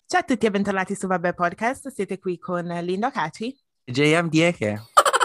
Ciao a tutti e bentornati su Vabbè Podcast, siete qui con Linda Caci. JM Dieke.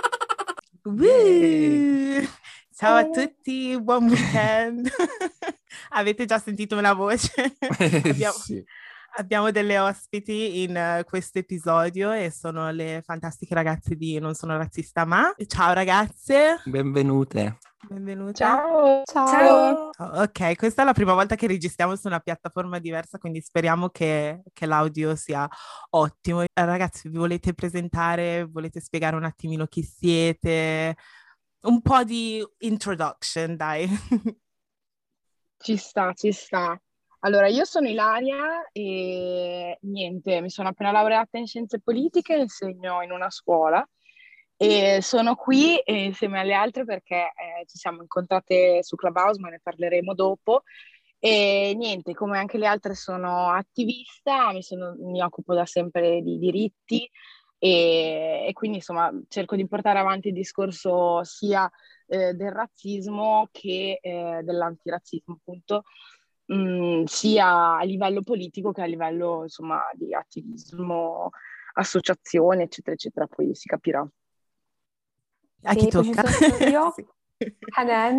Yay! Woo! Ciao a tutti, buon weekend. Avete già sentito una voce? Abbiamo, Sì, abbiamo delle ospiti in questo episodio e sono le fantastiche ragazze di Non sono razzista ma. Ciao ragazze, benvenute. benvenute. Ciao, ciao. Ciao. Oh, ok, questa è la prima volta che registriamo su una piattaforma diversa, quindi speriamo che l'audio sia ottimo. Ragazzi, vi volete presentare? Volete spiegare un attimino chi siete? Un po' di introduction, dai. Ci sta, ci sta. Allora, io sono Ilaria e niente, mi sono appena laureata in scienze politiche, insegno in una scuola e sono qui insieme alle altre perché ci siamo incontrate su Clubhouse, ma ne parleremo dopo. E niente, come anche le altre sono attivista, mi occupo da sempre di diritti e quindi insomma cerco di portare avanti il discorso sia del razzismo che dell'antirazzismo, appunto, sia a livello politico che a livello, insomma, di attivismo, associazione, eccetera, eccetera, poi si capirà. A chi E poi ci tocca? sono io, Sì. Hanan.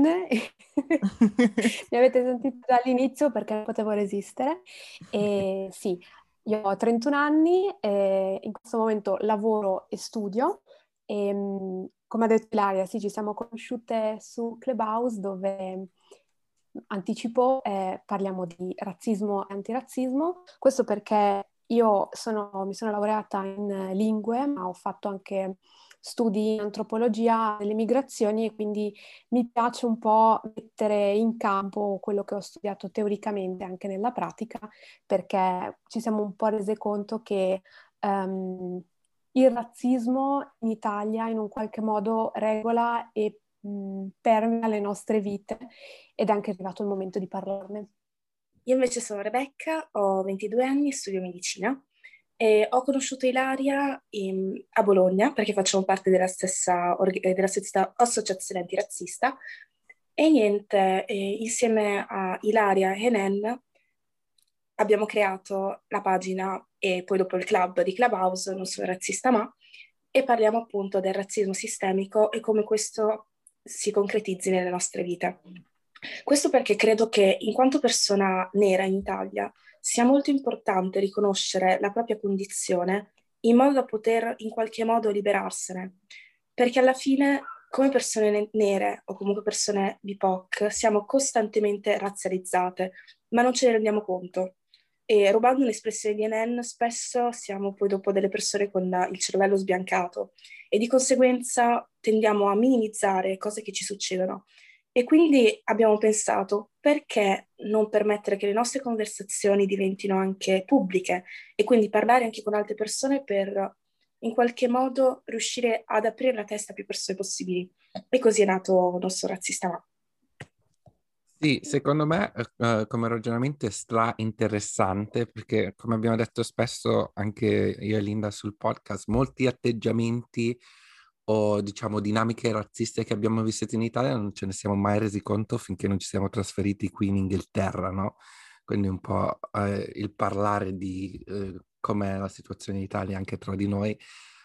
Mi avete sentito dall'inizio perché non potevo resistere. E sì, io ho 31 anni e in questo momento lavoro e studio. E, come ha detto Ilaria, sì, ci siamo conosciute su Clubhouse dove anticipo, parliamo di razzismo e antirazzismo. Questo perché mi sono laureata in lingue, ma ho fatto anche studi in antropologia delle migrazioni e quindi mi piace un po' mettere in campo quello che ho studiato teoricamente anche nella pratica, perché ci siamo un po' rese conto che il razzismo in Italia in un qualche modo regola e permea le nostre vite ed è anche arrivato il momento di parlarne. Io invece sono Rebecca, ho 22 anni e studio medicina e ho conosciuto Ilaria a Bologna perché facciamo parte della stessa associazione antirazzista e niente, insieme a Ilaria e Helen abbiamo creato la pagina e poi dopo il club di Clubhouse, Non sono razzista ma, e parliamo appunto del razzismo sistemico e come questo si concretizzi nelle nostre vite. Questo perché credo che in quanto persona nera in Italia sia molto importante riconoscere la propria condizione in modo da poter in qualche modo liberarsene, perché alla fine come persone nere o comunque persone BIPOC siamo costantemente razzializzate, ma non ce ne rendiamo conto. E rubando un'espressione di NN, spesso siamo poi dopo delle persone con il cervello sbiancato e di conseguenza tendiamo a minimizzare cose che ci succedono. E quindi abbiamo pensato, perché non permettere che le nostre conversazioni diventino anche pubbliche e quindi parlare anche con altre persone per in qualche modo riuscire ad aprire la testa a più persone possibili. E così è nato Non sono razzista ma. Sì, secondo me come ragionamento è stra interessante perché come abbiamo detto spesso anche io e Linda sul podcast, molti atteggiamenti o diciamo dinamiche razziste che abbiamo vissuto in Italia non ce ne siamo mai resi conto finché non ci siamo trasferiti qui in Inghilterra, no? Quindi un po' il parlare di com'è la situazione in Italia anche tra di noi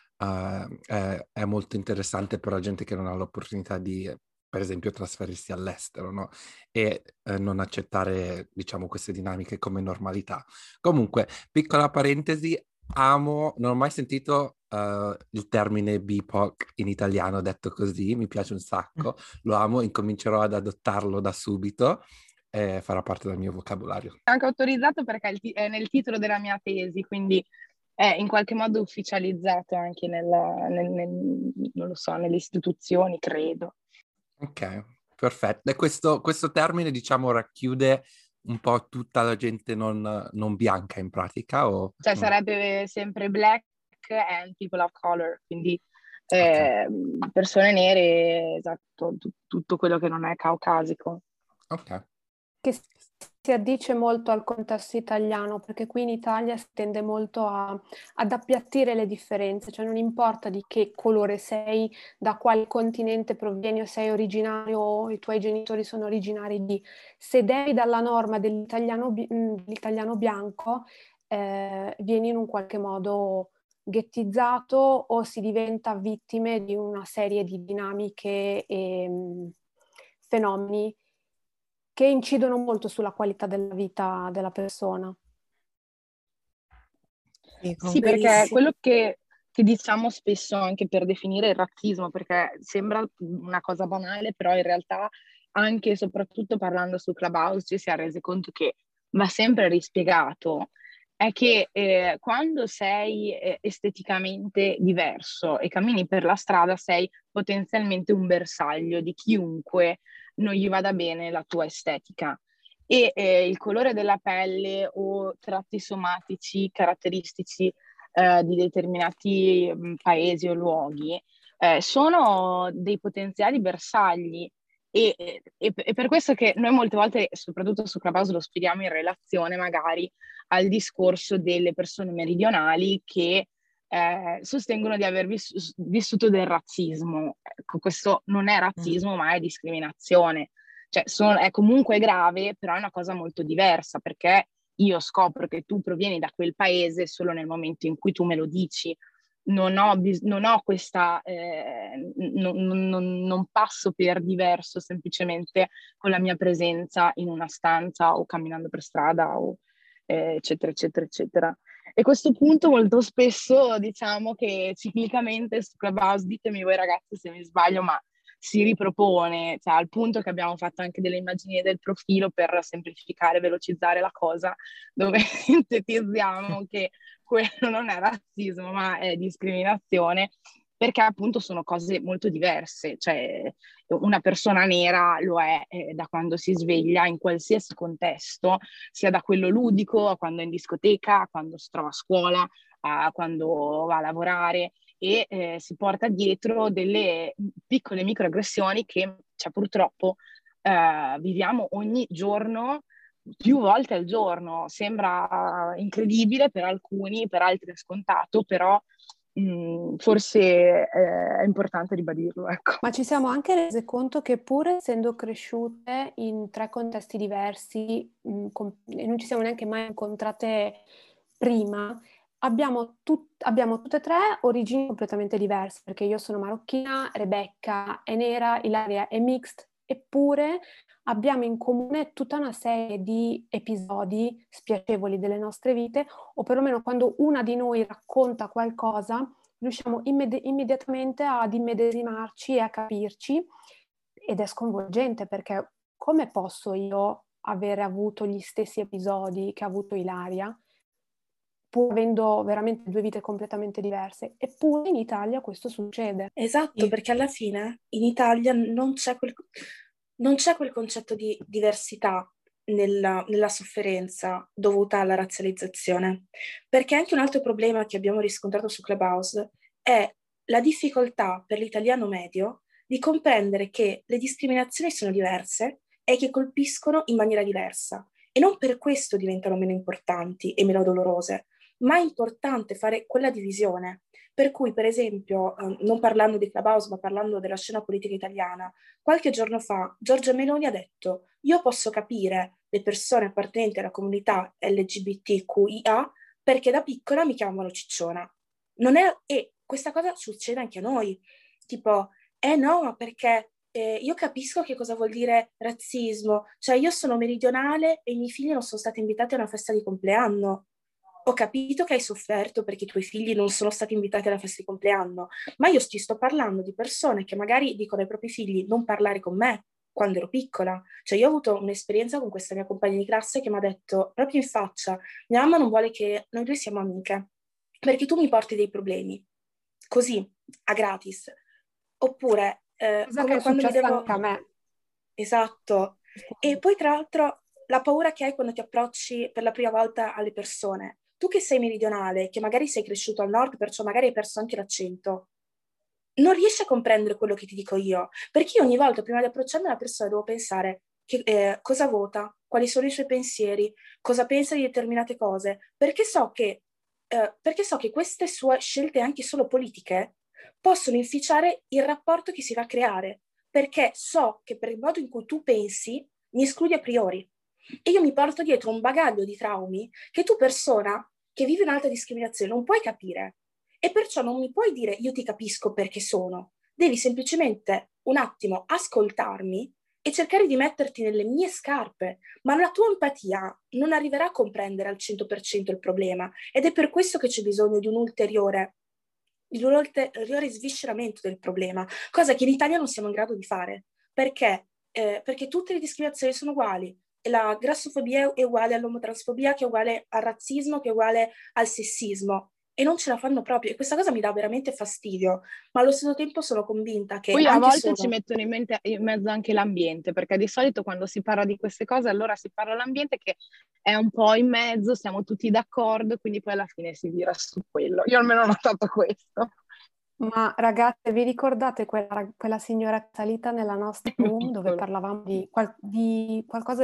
è molto interessante per la gente che non ha l'opportunità di, per esempio, trasferirsi all'estero, no? E non accettare, diciamo, queste dinamiche come normalità. Comunque, piccola parentesi, non ho mai sentito il termine BIPOC in italiano detto così, mi piace un sacco, lo amo, incomincerò ad adottarlo da subito e farà parte del mio vocabolario. È anche autorizzato perché è nel titolo della mia tesi, quindi è in qualche modo ufficializzato anche non lo so, nelle istituzioni, credo. Ok, perfetto. E questo termine, diciamo, racchiude un po' tutta la gente non bianca in pratica, o Cioè no? sarebbe sempre black and people of color, quindi Ok. persone nere, esatto, tutto quello che non è caucasico. Ok. Che si addice molto al contesto italiano, perché qui in Italia si tende molto ad appiattire le differenze, cioè non importa di che colore sei, da quale continente provieni o sei originario o i tuoi genitori sono originari di, se devi dalla norma dell'italiano bianco, viene in un qualche modo ghettizzato o si diventa vittime di una serie di dinamiche e fenomeni che incidono molto sulla qualità della vita della persona. Sì, perché quello che diciamo spesso anche per definire il razzismo, perché sembra una cosa banale, però in realtà anche e soprattutto parlando su Clubhouse ci si è resi conto che va sempre rispiegato, è che quando sei esteticamente diverso e cammini per la strada sei potenzialmente un bersaglio di chiunque non gli vada bene la tua estetica. E il colore della pelle o tratti somatici caratteristici di determinati paesi o luoghi sono dei potenziali bersagli e per questo che noi molte volte, soprattutto su Clubhouse, lo spieghiamo in relazione magari al discorso delle persone meridionali che sostengono di aver vissuto del razzismo. Ecco, questo non è razzismo, ma è discriminazione. Cioè, è comunque grave, però è una cosa molto diversa, perché io scopro che tu provieni da quel paese solo nel momento in cui tu me lo dici. Non ho questa, non passo per diverso semplicemente con la mia presenza in una stanza o camminando per strada, o, eccetera, eccetera, eccetera. E a questo punto molto spesso diciamo che ciclicamente su Clubhouse, ditemi voi ragazzi se mi sbaglio, ma si ripropone, cioè, al punto che abbiamo fatto anche delle immagini del profilo per semplificare e velocizzare la cosa, dove sintetizziamo che quello non è razzismo, ma è discriminazione, perché appunto sono cose molto diverse. Cioè, una persona nera lo è da quando si sveglia in qualsiasi contesto, sia da quello ludico, a quando è in discoteca, a quando si trova a scuola, a quando va a lavorare, e si porta dietro delle piccole microaggressioni che cioè, purtroppo viviamo ogni giorno, più volte al giorno. Sembra incredibile per alcuni, per altri è scontato, però forse è importante ribadirlo, ecco. Ma ci siamo anche rese conto che pur essendo cresciute in 3 contesti diversi e non ci siamo neanche mai incontrate prima, abbiamo tutte e 3 origini completamente diverse, perché io sono marocchina, Rebecca è nera, Ilaria è mixed, eppure abbiamo in comune tutta una serie di episodi spiacevoli delle nostre vite, o perlomeno quando una di noi racconta qualcosa riusciamo immediatamente ad immedesimarci e a capirci, ed è sconvolgente perché come posso io avere avuto gli stessi episodi che ha avuto Ilaria, pur avendo veramente 2 vite completamente diverse? Eppure in Italia questo succede. Esatto, perché alla fine in Italia non c'è quel concetto di diversità nella sofferenza dovuta alla razzializzazione. Perché anche un altro problema che abbiamo riscontrato su Clubhouse è la difficoltà per l'italiano medio di comprendere che le discriminazioni sono diverse e che colpiscono in maniera diversa. E non per questo diventano meno importanti e meno dolorose, ma è importante fare quella divisione. Per cui, per esempio, non parlando di Clubhouse, ma parlando della scena politica italiana, qualche giorno fa Giorgia Meloni ha detto: io posso capire le persone appartenenti alla comunità LGBTQIA perché da piccola mi chiamavano cicciona. E questa cosa succede anche a noi, tipo, no, ma perché io capisco che cosa vuol dire razzismo, cioè io sono meridionale e i miei figli non sono stati invitati a una festa di compleanno. Ho capito che hai sofferto perché i tuoi figli non sono stati invitati alla festa di compleanno, ma io ti sto parlando di persone che magari dicono ai propri figli non parlare con me quando ero piccola. Cioè io ho avuto un'esperienza con questa mia compagna di classe che mi ha detto proprio in faccia: mia mamma non vuole che noi due siamo amiche perché tu mi porti dei problemi, così, a gratis. Oppure, Cosa che come è quando mi successa devo... anche a me. Esatto. E poi tra l'altro la paura che hai quando ti approcci per la prima volta alle persone. Tu che sei meridionale, che magari sei cresciuto al nord, perciò magari hai perso anche l'accento, non riesci a comprendere quello che ti dico io, perché io ogni volta prima di approcciarmi alla persona devo pensare cosa vota, quali sono i suoi pensieri, cosa pensa di determinate cose, perché so che queste sue scelte anche solo politiche possono inficiare il rapporto che si va a creare, perché so che per il modo in cui tu pensi mi escludi a priori. E io mi porto dietro un bagaglio di traumi che tu persona che vive un'altra discriminazione non puoi capire. E perciò non mi puoi dire io ti capisco perché sono. Devi semplicemente un attimo ascoltarmi e cercare di metterti nelle mie scarpe, ma la tua empatia non arriverà a comprendere al 100% il problema, ed è per questo che c'è bisogno di un ulteriore svisceramento del problema, cosa che in Italia non siamo in grado di fare. Perché? Perché tutte le discriminazioni sono uguali. La grassofobia è uguale all'omotransfobia, che è uguale al razzismo, che è uguale al sessismo. E non ce la fanno proprio. E questa cosa mi dà veramente fastidio. Ma allo stesso tempo sono convinta che Poi a anche volte solo... ci mettono in mezzo anche l'ambiente, perché di solito quando si parla di queste cose allora si parla dell'ambiente che è un po' in mezzo, siamo tutti d'accordo, quindi poi alla fine si vira su quello. Io almeno ho notato questo. Ma ragazze, vi ricordate quella signora salita nella nostra room dove Piccolo. parlavamo di qualcosa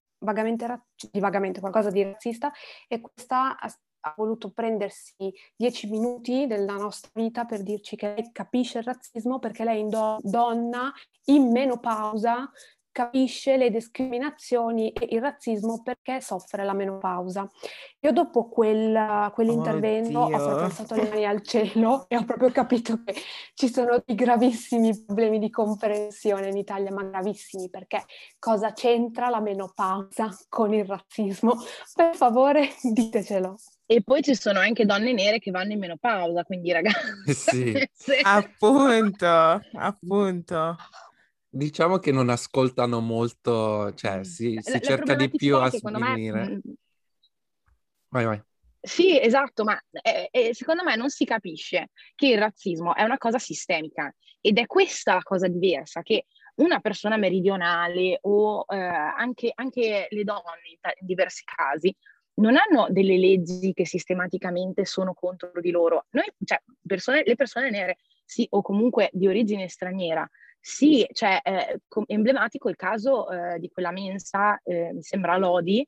di qualcosa di razzista, e questa ha voluto prendersi 10 minuti della nostra vita per dirci che lei capisce il razzismo perché lei, donna in menopausa, capisce le discriminazioni e il razzismo perché soffre la menopausa. Io dopo quell'intervento ho proprio Oddio. alzato le mani al cielo e ho proprio capito che ci sono dei gravissimi problemi di comprensione in Italia, ma gravissimi, perché cosa c'entra la menopausa con il razzismo? Per favore, ditecelo. E poi ci sono anche donne nere che vanno in menopausa, quindi ragazzi, Sì. Appunto, appunto. Diciamo che non ascoltano molto, cioè si la cerca di più problematicità è a che secondo me sminuire. Vai, vai. sì, esatto, ma secondo me non si capisce che il razzismo è una cosa sistemica ed è questa la cosa diversa, che una persona meridionale o anche le donne in diversi casi non hanno delle leggi che sistematicamente sono contro di loro. Noi, cioè, le persone nere, sì, o comunque di origine straniera, sì, cioè, emblematico il caso di quella mensa, mi sembra Lodi,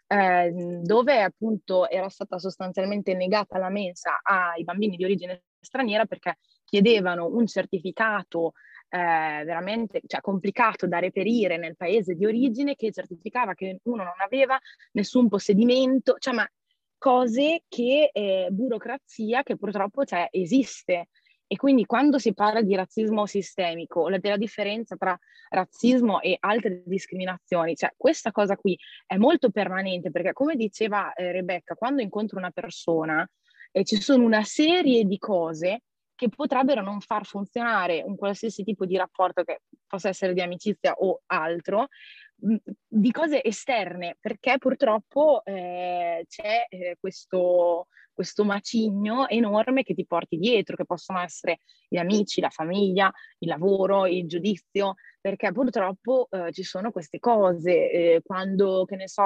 dove appunto era stata sostanzialmente negata la mensa ai bambini di origine straniera perché chiedevano un certificato veramente, cioè, complicato da reperire nel paese di origine, che certificava che uno non aveva nessun possedimento, cioè, ma cose che burocrazia che purtroppo, cioè, esiste. E quindi quando si parla di razzismo sistemico, della differenza tra razzismo e altre discriminazioni, cioè questa cosa qui è molto permanente, perché come diceva Rebecca, quando incontro una persona ci sono una serie di cose che potrebbero non far funzionare un qualsiasi tipo di rapporto, che possa essere di amicizia o altro, di cose esterne, perché purtroppo c'è questo macigno enorme che ti porti dietro, che possono essere gli amici, la famiglia, il lavoro, il giudizio, perché purtroppo ci sono queste cose, quando, che ne so,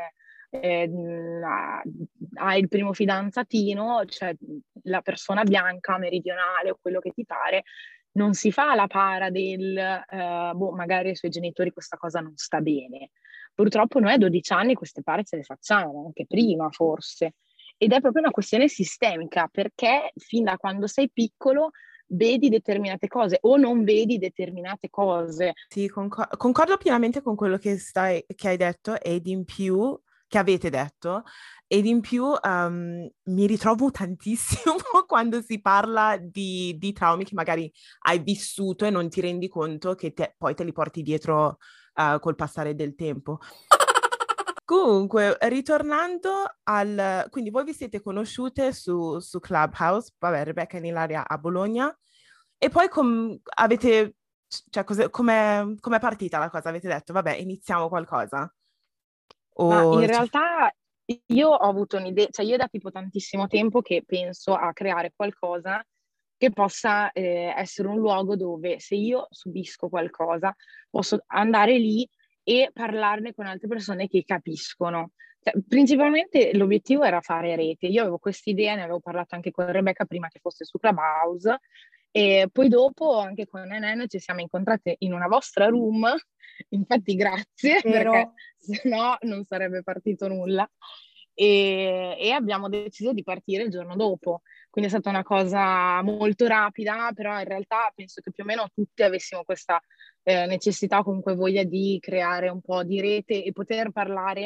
hai il primo fidanzatino, cioè la persona bianca, meridionale o quello che ti pare, non si fa la para magari ai suoi genitori questa cosa non sta bene. Purtroppo noi a 12 anni queste pare ce le facciamo, anche prima forse. Ed è proprio una questione sistemica, perché fin da quando sei piccolo vedi determinate cose o non vedi determinate cose. Sì, concordo pienamente con quello che hai detto, ed in più, che avete detto, ed in più mi ritrovo tantissimo quando si parla di traumi che magari hai vissuto e non ti rendi conto che poi te li porti dietro col passare del tempo. Comunque, ritornando quindi voi vi siete conosciute su Clubhouse, vabbè, Rebecca e Ilaria a Bologna, e poi avete, cioè, com'è partita la cosa? Avete detto, vabbè, iniziamo qualcosa? Ma in Cioè, realtà io ho avuto un'idea, cioè io da tipo tantissimo tempo che penso a creare qualcosa che possa essere un luogo dove se io subisco qualcosa posso andare lì e parlarne con altre persone che capiscono. Cioè, principalmente l'obiettivo era fare rete. Io avevo quest'idea, ne avevo parlato anche con Rebecca prima che fosse su Clubhouse, e poi dopo anche con Nenen ci siamo incontrate in una vostra room, infatti grazie perché Vero? se no non sarebbe partito nulla. E abbiamo deciso di partire il giorno dopo. Quindi è stata una cosa molto rapida, però in realtà penso che più o meno tutti avessimo questa necessità, comunque voglia di creare un po' di rete e poter parlare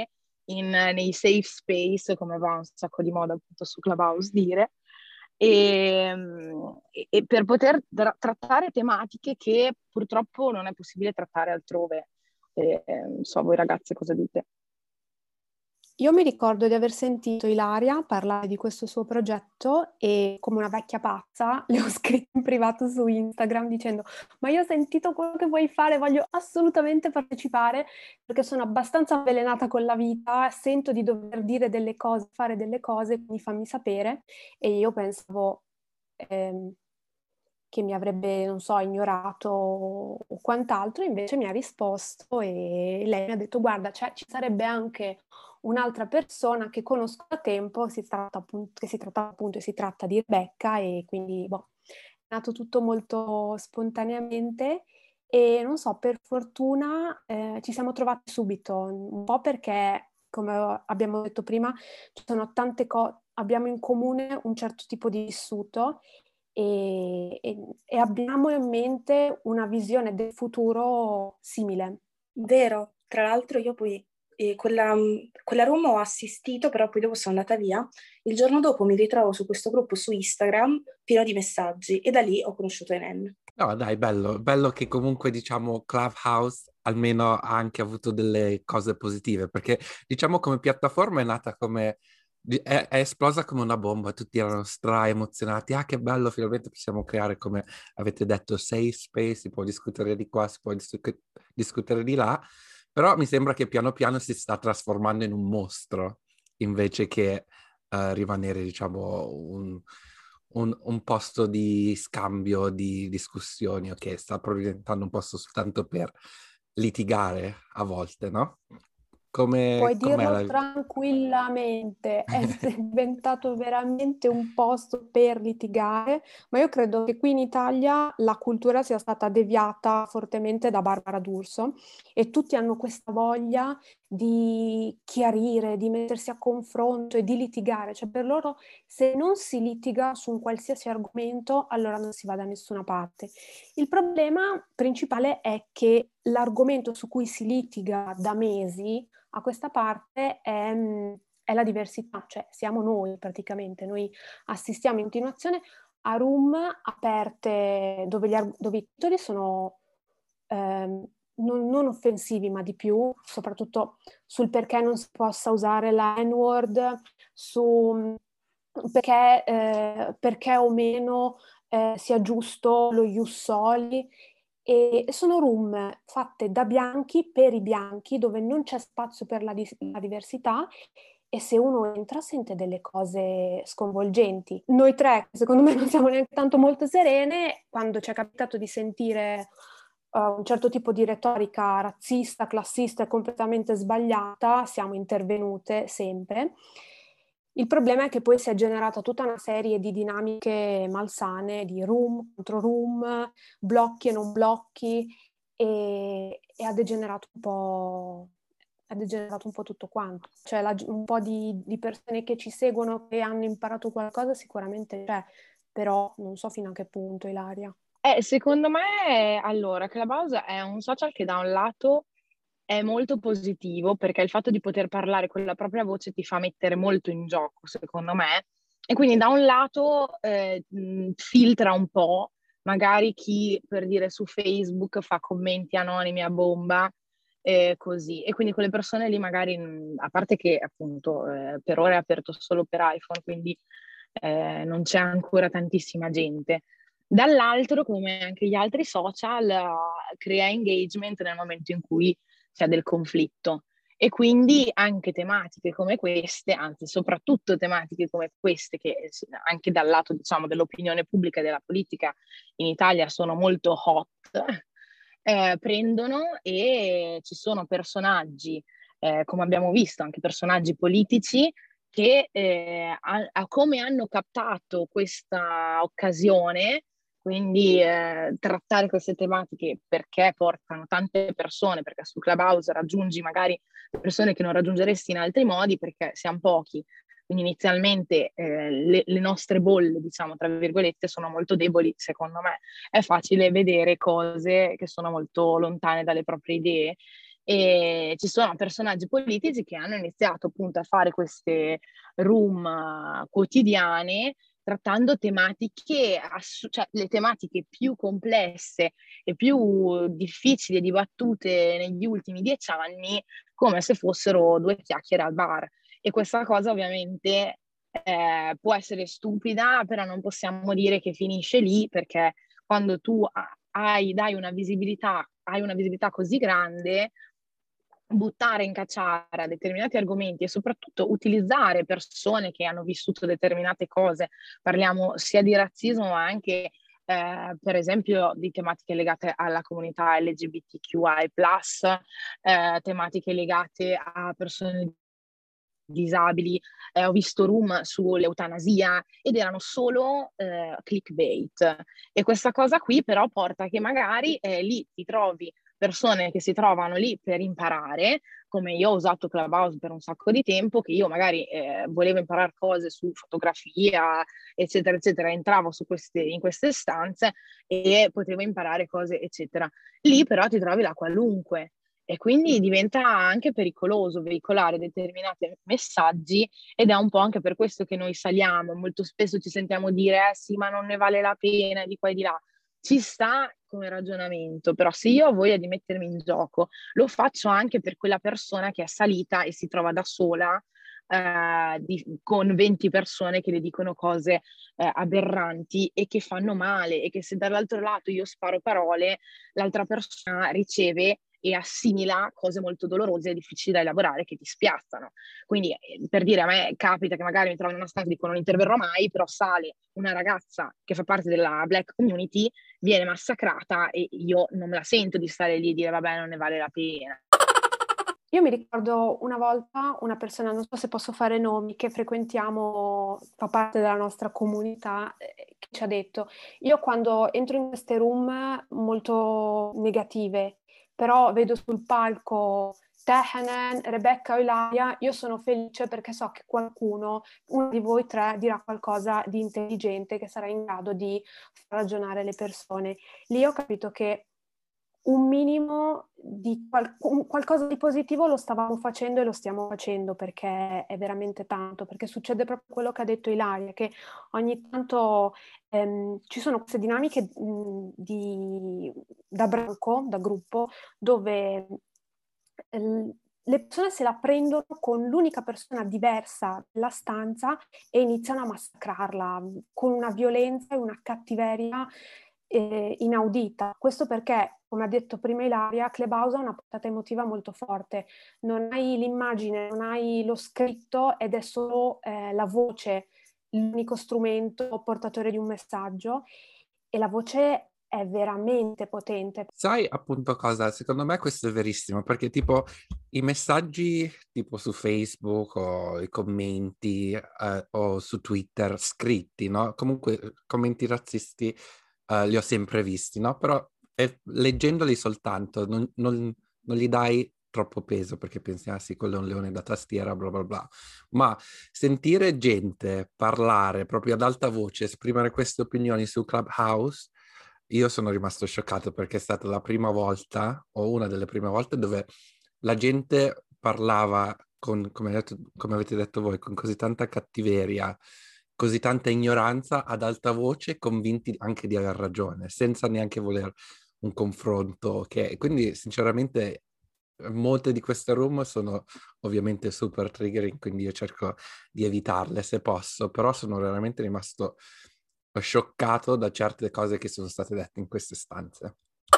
nei safe space, come va un sacco di moda appunto su Clubhouse dire, e, e per poter trattare tematiche che purtroppo non è possibile trattare altrove. Non so, voi ragazze cosa dite? Io mi ricordo di aver sentito Ilaria parlare di questo suo progetto e come una vecchia pazza le ho scritto in privato su Instagram dicendo: ma io ho sentito quello che vuoi fare, voglio assolutamente partecipare perché sono abbastanza avvelenata con la vita, sento di dover dire delle cose, fare delle cose, quindi fammi sapere. E io pensavo che mi avrebbe, non so, ignorato o quant'altro, invece mi ha risposto e lei mi ha detto: guarda, ci sarebbe anche un'altra persona che conosco da tempo, si tratta appunto e si tratta di Rebecca, e quindi è nato tutto molto spontaneamente e non so, per fortuna ci siamo trovati subito, un po' perché, come abbiamo detto prima, ci sono tante cose, abbiamo in comune un certo tipo di vissuto e abbiamo in mente una visione del futuro simile. Vero, tra l'altro io poi quella Roma ho assistito, però poi dopo sono andata via. Il giorno dopo mi ritrovo su questo gruppo su Instagram pieno di messaggi e da lì ho conosciuto Enen. No, dai, bello che comunque diciamo Clubhouse almeno ha anche avuto delle cose positive, perché diciamo come piattaforma è nata come, è esplosa come una bomba, tutti erano stra emozionati, ah che bello, finalmente possiamo creare, come avete detto, safe space, si può discutere di qua, si può discutere di là, però mi sembra che piano piano si sta trasformando in un mostro, invece che rimanere, diciamo, un posto di scambio, di discussioni, ok? Sta proprio diventando un posto soltanto per litigare a volte, no? Puoi Com'è dirlo tranquillamente, è diventato veramente un posto per litigare, ma io credo che qui in Italia la cultura sia stata deviata fortemente da Barbara D'Urso e tutti hanno questa voglia di chiarire, di mettersi a confronto e di litigare, cioè per loro se non si litiga su un qualsiasi argomento, allora non si va da nessuna parte. Il problema principale è che l'argomento su cui si litiga da mesi a questa parte è la diversità, cioè siamo noi praticamente, noi assistiamo in continuazione a room aperte dove i titoli sono non offensivi ma di più, soprattutto sul perché non si possa usare la N-word, su perché o meno sia giusto lo ius soli, e sono room fatte da bianchi per i bianchi dove non c'è spazio per la diversità e se uno entra sente delle cose sconvolgenti. Noi tre, secondo me, non siamo neanche tanto molto serene, quando ci è capitato di sentire un certo tipo di retorica razzista, classista e completamente sbagliata, siamo intervenute sempre. Il problema è che poi si è generata tutta una serie di dinamiche malsane, di room contro room, blocchi e non blocchi, e ha degenerato un po' tutto quanto. Cioè un po' di persone che ci seguono, che hanno imparato qualcosa, sicuramente c'è, però non so fino a che punto, Ilaria. Secondo me, allora, Clubhouse è un social che da un lato è molto positivo perché il fatto di poter parlare con la propria voce ti fa mettere molto in gioco, secondo me, e quindi da un lato filtra un po', magari chi per dire su Facebook fa commenti anonimi a bomba, così, e quindi quelle persone lì magari, a parte che appunto per ora è aperto solo per iPhone, quindi non c'è ancora tantissima gente. Dall'altro, come anche gli altri social, crea engagement nel momento in cui c'è del conflitto. E quindi anche tematiche come queste, anzi soprattutto tematiche come queste, che anche dal lato diciamo dell'opinione pubblica e della politica in Italia sono molto hot, prendono e ci sono personaggi, come abbiamo visto, anche personaggi politici che come hanno captato questa occasione, quindi trattare queste tematiche perché portano tante persone, perché su Clubhouse raggiungi magari persone che non raggiungeresti in altri modi perché siamo pochi. Quindi inizialmente le nostre bolle, diciamo, tra virgolette, sono molto deboli, secondo me. È facile vedere cose che sono molto lontane dalle proprie idee E ci sono personaggi politici che hanno iniziato appunto a fare queste room quotidiane trattando tematiche, cioè le tematiche più complesse e più difficili e dibattute negli ultimi 10 anni, come se fossero due chiacchiere al bar. E questa cosa ovviamente può essere stupida, però non possiamo dire che finisce lì, perché quando tu hai una visibilità così grande, buttare in cacciara determinati argomenti e soprattutto utilizzare persone che hanno vissuto determinate cose, parliamo sia di razzismo ma anche per esempio di tematiche legate alla comunità LGBTQI+, tematiche legate a persone disabili, ho visto room sull'eutanasia ed erano solo clickbait. E questa cosa qui però porta che magari lì ti trovi persone che si trovano lì per imparare, come io ho usato Clubhouse per un sacco di tempo, che io magari volevo imparare cose su fotografia, eccetera, eccetera, entravo in queste stanze e potevo imparare cose, eccetera. Lì però ti trovi la qualunque. E quindi diventa anche pericoloso veicolare determinati messaggi, ed è un po' anche per questo che noi saliamo. Molto spesso ci sentiamo dire, sì, ma non ne vale la pena, di qua e di là. Ci sta come ragionamento, però se io ho voglia di mettermi in gioco, lo faccio anche per quella persona che è salita e si trova da sola, con 20 persone che le dicono cose aberranti e che fanno male, e che se dall'altro lato io sparo parole, l'altra persona riceve e assimila cose molto dolorose e difficili da elaborare che ti spiazzano. Quindi per dire, a me capita che magari mi trovo in una stanza e dico non interverrò mai, però sale una ragazza che fa parte della black community, viene massacrata e io non me la sento di stare lì e dire vabbè, non ne vale la pena. Io mi ricordo una volta una persona, non so se posso fare nomi, che frequentiamo, fa parte della nostra comunità, che ci ha detto: io quando entro in queste room molto negative, però vedo sul palco Tehenen, Rebecca o Ilaria, io sono felice perché so che qualcuno, uno di voi tre, dirà qualcosa di intelligente che sarà in grado di far ragionare le persone. Lì ho capito che un minimo di qualcosa di positivo lo stavamo facendo e lo stiamo facendo, perché è veramente tanto, perché succede proprio quello che ha detto Ilaria, che ogni tanto ci sono queste dinamiche da branco, da gruppo, dove le persone se la prendono con l'unica persona diversa della stanza e iniziano a massacrarla con una violenza e una cattiveria inaudita. Questo perché, come ha detto prima Ilaria, Clubhouse ha una portata emotiva molto forte. Non hai l'immagine, non hai lo scritto ed è solo la voce l'unico strumento portatore di un messaggio, e la voce è veramente potente. Sai appunto cosa? Secondo me questo è verissimo, perché tipo i messaggi tipo su Facebook o i commenti o su Twitter scritti, no? Comunque commenti razzisti li ho sempre visti, no? Però leggendoli soltanto non gli dai troppo peso, perché pensi, ah sì, quello è un leone da tastiera, bla bla bla. Ma sentire gente parlare proprio ad alta voce, esprimere queste opinioni su Clubhouse, io sono rimasto scioccato, perché è stata la prima volta, o una delle prime volte, dove la gente parlava come avete detto voi, con così tanta cattiveria, così tanta ignoranza, ad alta voce, convinti anche di aver ragione, senza neanche voler un confronto. Quindi, sinceramente, molte di queste room sono ovviamente super triggering, quindi io cerco di evitarle se posso, però sono veramente rimasto scioccato da certe cose che sono state dette in queste stanze.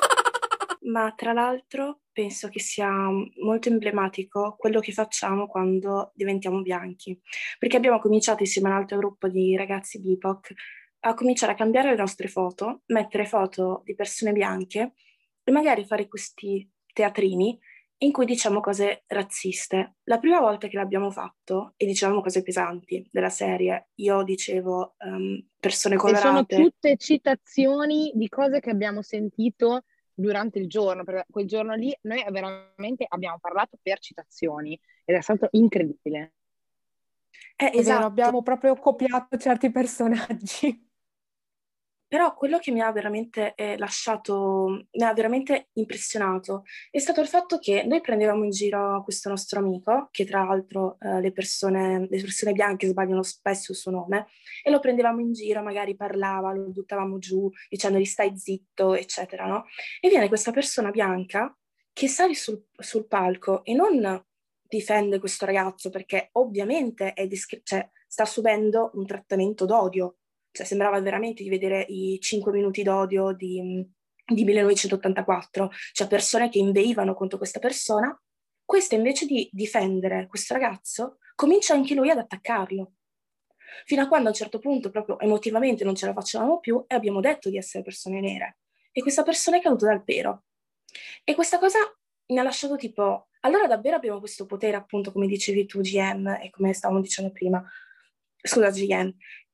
Ma tra l'altro penso che sia molto emblematico quello che facciamo quando diventiamo bianchi, perché abbiamo cominciato insieme a un altro gruppo di ragazzi BIPOC a cominciare a cambiare le nostre foto, mettere foto di persone bianche e magari fare questi teatrini in cui diciamo cose razziste. La prima volta che l'abbiamo fatto e dicevamo cose pesanti della serie, io dicevo persone E sono colorate. tutte citazioni di cose che abbiamo sentito durante il giorno, perché quel giorno lì noi veramente abbiamo parlato per citazioni ed è stato incredibile. È vero, Esatto. abbiamo proprio copiato certi personaggi. però quello che mi ha veramente mi ha veramente impressionato è stato il fatto che noi prendevamo in giro questo nostro amico, che tra l'altro le persone bianche sbagliano spesso il suo nome, e lo prendevamo in giro, magari parlava, lo buttavamo giù dicendogli stai zitto, eccetera, no? E viene questa persona bianca che sale sul palco e non difende questo ragazzo perché ovviamente cioè, sta subendo un trattamento d'odio. Cioè, sembrava veramente di vedere i 5 minuti d'odio di 1984, cioè persone che inveivano contro questa persona. Questa invece di difendere questo ragazzo, comincia anche lui ad attaccarlo. Fino a quando a un certo punto, proprio emotivamente, non ce la facevamo più e abbiamo detto di essere persone nere. E questa persona è caduta dal pero. E questa cosa mi ha lasciato tipo, allora davvero abbiamo questo potere, appunto, come dicevi tu, GM, e come stavamo dicendo prima, scusa, GM.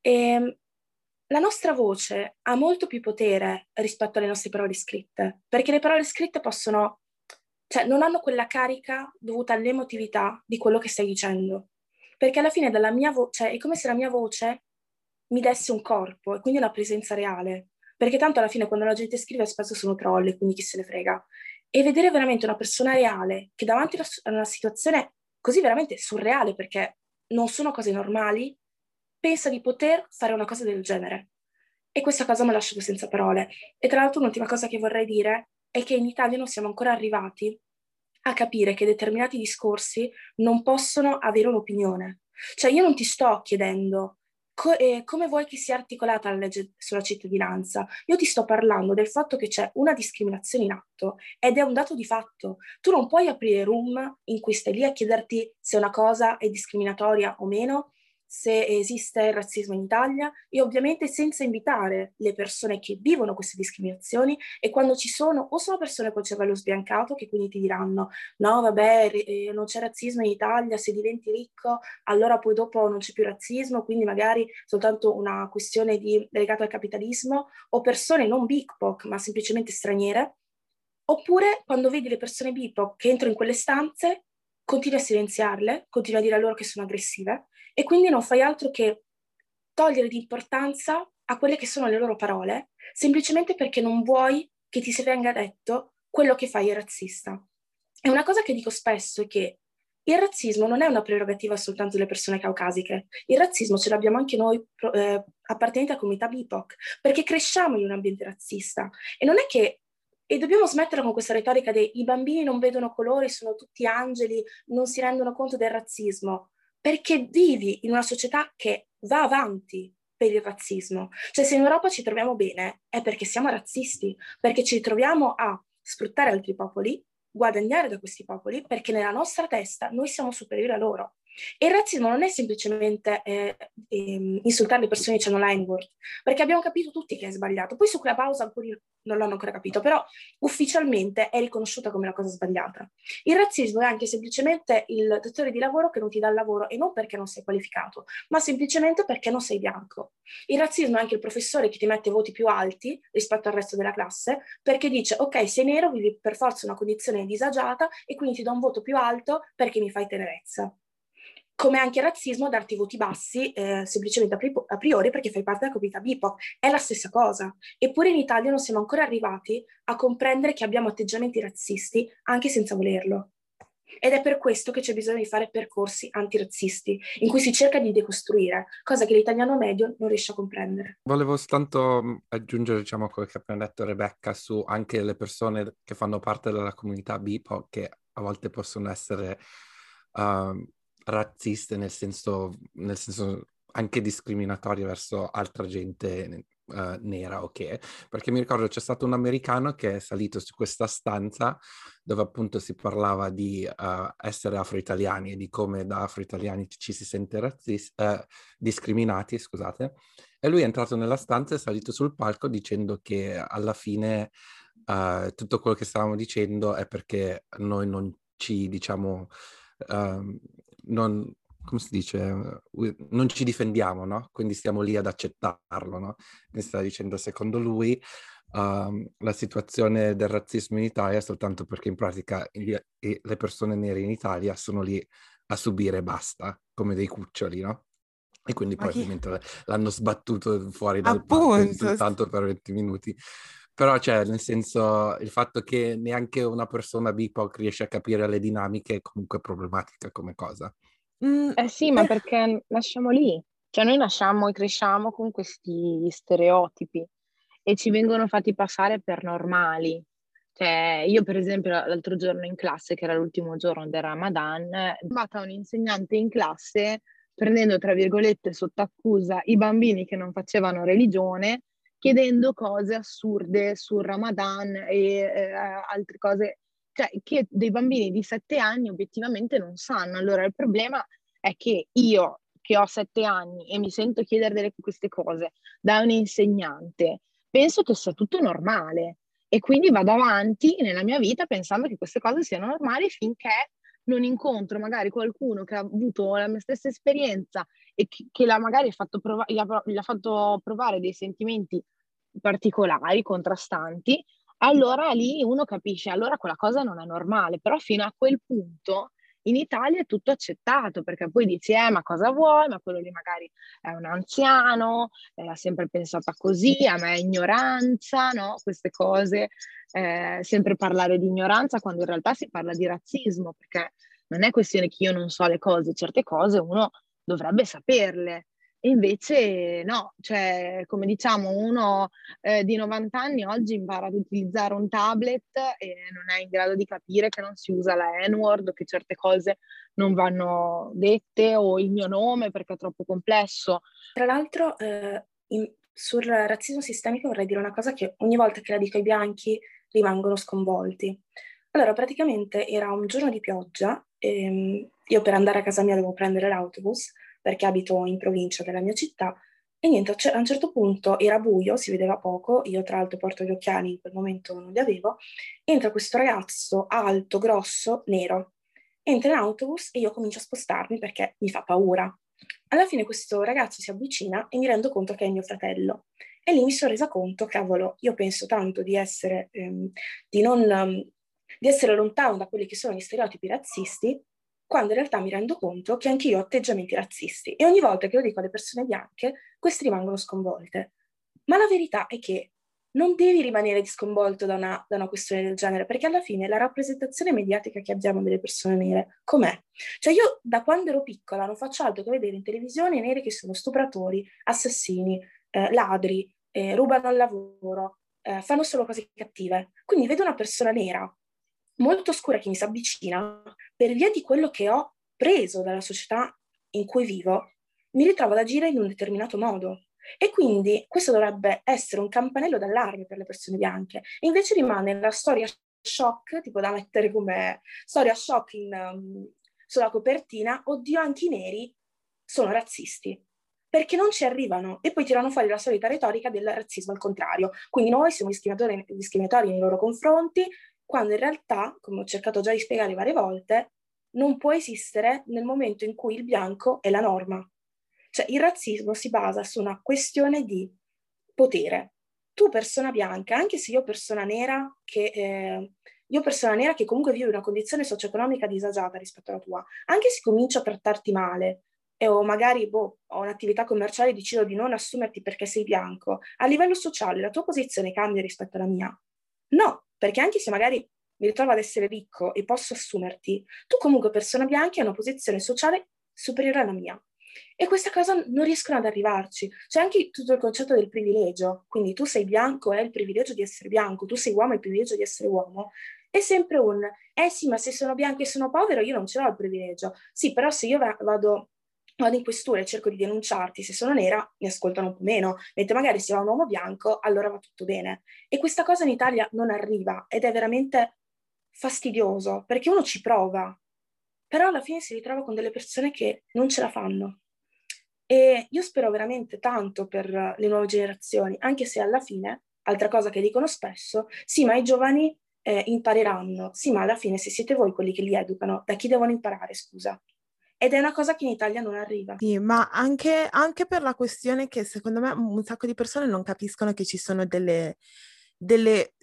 E la nostra voce ha molto più potere rispetto alle nostre parole scritte, perché le parole scritte possono, cioè non hanno quella carica dovuta all'emotività di quello che stai dicendo. Perché alla fine dalla mia voce, cioè, è come se la mia voce mi desse un corpo e quindi una presenza reale. Perché tanto alla fine quando la gente scrive spesso sono troll, quindi chi se ne frega. E vedere veramente una persona reale che davanti a una situazione così veramente surreale, perché non sono cose normali, pensa di poter fare una cosa del genere. E questa cosa mi ha lasciato senza parole. E tra l'altro un'ultima cosa che vorrei dire è che in Italia non siamo ancora arrivati a capire che determinati discorsi non possono avere un'opinione. Cioè io non ti sto chiedendo come vuoi che sia articolata la legge sulla cittadinanza, io ti sto parlando del fatto che c'è una discriminazione in atto ed è un dato di fatto. Tu non puoi aprire room in cui stai lì a chiederti se una cosa è discriminatoria o meno, se esiste il razzismo in Italia e ovviamente senza invitare le persone che vivono queste discriminazioni e quando ci sono o sono persone col cervello sbiancato che quindi ti diranno no vabbè non c'è razzismo in Italia, se diventi ricco allora poi dopo non c'è più razzismo, quindi magari soltanto una questione legata al capitalismo, o persone non BIPOC ma semplicemente straniere, oppure quando vedi le persone BIPOC che entrano in quelle stanze continui a silenziarle, continui a dire a loro che sono aggressive e quindi non fai altro che togliere di importanza a quelle che sono le loro parole, semplicemente perché non vuoi che ti si venga detto quello che fai è razzista. E una cosa che dico spesso è che il razzismo non è una prerogativa soltanto delle persone caucasiche, il razzismo ce l'abbiamo anche noi appartenenti alla comunità BIPOC, perché cresciamo in un ambiente razzista e non è che e dobbiamo smetterla con questa retorica dei i bambini non vedono colori, sono tutti angeli, non si rendono conto del razzismo, perché vivi in una società che va avanti per il razzismo. Cioè se in Europa ci troviamo bene è perché siamo razzisti, perché ci troviamo a sfruttare altri popoli, guadagnare da questi popoli, perché nella nostra testa noi siamo superiori a loro. E il razzismo non è semplicemente insultare le persone dicendo la N-word, perché abbiamo capito tutti che è sbagliato. Poi su Clubhouse alcuni non l'hanno ancora capito, però ufficialmente è riconosciuta come una cosa sbagliata. Il razzismo è anche semplicemente il datore di lavoro che non ti dà il lavoro e non perché non sei qualificato, ma semplicemente perché non sei bianco. Il razzismo è anche il professore che ti mette voti più alti rispetto al resto della classe perché dice ok, sei nero, vivi per forza una condizione disagiata e quindi ti do un voto più alto perché mi fai tenerezza. Come anche il razzismo darti voti bassi semplicemente a priori perché fai parte della comunità BIPOC. È la stessa cosa. Eppure in Italia non siamo ancora arrivati a comprendere che abbiamo atteggiamenti razzisti anche senza volerlo. Ed è per questo che c'è bisogno di fare percorsi antirazzisti, in cui si cerca di decostruire, cosa che l'italiano medio non riesce a comprendere. Volevo soltanto aggiungere, diciamo, quello che ha appena detto Rebecca su anche le persone che fanno parte della comunità BIPOC, che a volte possono essere razziste nel senso anche discriminatorie verso altra gente nera, ok? Perché mi ricordo c'è stato un americano che è salito su questa stanza dove appunto si parlava di essere afro-italiani e di come da afro-italiani ci si sente discriminati, scusate, e lui è entrato nella stanza e è salito sul palco dicendo che alla fine tutto quello che stavamo dicendo è perché noi non ci, diciamo, non, come si dice, non ci difendiamo, no? Quindi stiamo lì ad accettarlo, no? Mi sta dicendo, secondo lui, la situazione del razzismo in Italia è soltanto perché in pratica le persone nere in Italia sono lì a subire e basta, come dei cuccioli, no? E quindi Ma poi chi? ovviamente l'hanno sbattuto fuori dal palco Appunto. soltanto per 20 minuti. Però cioè, nel senso, il fatto che neanche una persona BIPOC riesce a capire le dinamiche è comunque problematica come cosa. Eh sì, ma perché nasciamo lì, cioè noi nasciamo e cresciamo con questi stereotipi e ci vengono fatti passare per normali. Cioè, io per esempio l'altro giorno in classe, che era l'ultimo giorno del Ramadan, è arrivata un'insegnante in classe prendendo, tra virgolette, sotto accusa i bambini che non facevano religione, chiedendo cose assurde sul Ramadan e altre cose, cioè che dei bambini di 7 anni obiettivamente non sanno. Allora il problema è che io, che ho 7 anni e mi sento chiedere queste cose da un insegnante, penso che sia tutto normale e quindi vado avanti nella mia vita pensando che queste cose siano normali finché non incontro magari qualcuno che ha avuto la mia stessa esperienza e che l'ha magari gli ha fatto provare dei sentimenti particolari, contrastanti, allora lì uno capisce, allora quella cosa non è normale, però fino a quel punto in Italia è tutto accettato, perché poi dici, ma cosa vuoi? Ma quello lì magari è un anziano, ha sempre pensata così, a me è ignoranza, no? Queste cose, sempre parlare di ignoranza quando in realtà si parla di razzismo, perché non è questione che io non so le cose, certe cose uno dovrebbe saperle. E invece no, cioè come diciamo uno di 90 anni oggi impara ad utilizzare un tablet e non è in grado di capire che non si usa la N-word o che certe cose non vanno dette o il mio nome perché è troppo complesso. Tra l'altro, sul razzismo sistemico vorrei dire una cosa che ogni volta che la dico ai bianchi rimangono sconvolti. Allora, praticamente era un giorno di pioggia, io per andare a casa mia dovevo prendere l'autobus perché abito in provincia della mia città e niente, a un certo punto era buio, si vedeva poco, io tra l'altro porto gli occhiali, in quel momento non li avevo, entra questo ragazzo alto, grosso, nero, entra in autobus e io comincio a spostarmi perché mi fa paura. Alla fine questo ragazzo si avvicina e mi rendo conto che è mio fratello. E lì mi sono resa conto, cavolo, io penso tanto di essere, di non, di essere lontano da quelli che sono gli stereotipi razzisti, quando in realtà mi rendo conto che anche io ho atteggiamenti razzisti. E ogni volta che lo dico alle persone bianche, queste rimangono sconvolte. Ma la verità è che non devi rimanere sconvolto da una questione del genere, perché alla fine la rappresentazione mediatica che abbiamo delle persone nere, com'è? Cioè io da quando ero piccola non faccio altro che vedere in televisione i neri che sono stupratori, assassini, ladri, rubano il lavoro, fanno solo cose cattive. Quindi vedo una persona nera molto scura che mi si avvicina per via di quello che ho preso dalla società in cui vivo, mi ritrovo ad agire in un determinato modo. E quindi questo dovrebbe essere un campanello d'allarme per le persone bianche. E invece rimane la storia shock, tipo da mettere come storia shock sulla copertina, oddio, anche i neri sono razzisti. Perché non ci arrivano e poi tirano fuori la solita retorica del razzismo al contrario. Quindi noi siamo discriminatori nei loro confronti, quando in realtà, come ho cercato già di spiegare varie volte, non può esistere nel momento in cui il bianco è la norma. Cioè il razzismo si basa su una questione di potere. Tu persona bianca, anche se io persona nera che comunque vive una condizione socio-economica disagiata rispetto alla tua, anche se comincio a trattarti male o magari ho un'attività commerciale e decido di non assumerti perché sei bianco, a livello sociale la tua posizione cambia rispetto alla mia? No, perché anche se magari mi ritrovo ad essere ricco e posso assumerti, tu comunque persona bianca hai una posizione sociale superiore alla mia. E questa cosa non riescono ad arrivarci. C'è anche tutto il concetto del privilegio, quindi tu sei bianco, hai il privilegio di essere bianco, tu sei uomo, hai il privilegio di essere uomo. È sempre sì, ma se sono bianco e sono povero io non ce l'ho il privilegio. Sì, però se io vado in questura e cerco di denunciarti, se sono nera mi ascoltano un po' meno, mentre magari se ho un uomo bianco allora va tutto bene. E questa cosa in Italia non arriva ed è veramente fastidioso, perché uno ci prova, però alla fine si ritrova con delle persone che non ce la fanno. E io spero veramente tanto per le nuove generazioni, anche se alla fine, altra cosa che dicono spesso, sì, ma i giovani impareranno, sì, ma alla fine se siete voi quelli che li educano, da chi devono imparare, scusa? Ed è una cosa che in Italia non arriva. Sì, ma anche per la questione che secondo me un sacco di persone non capiscono che ci sono delle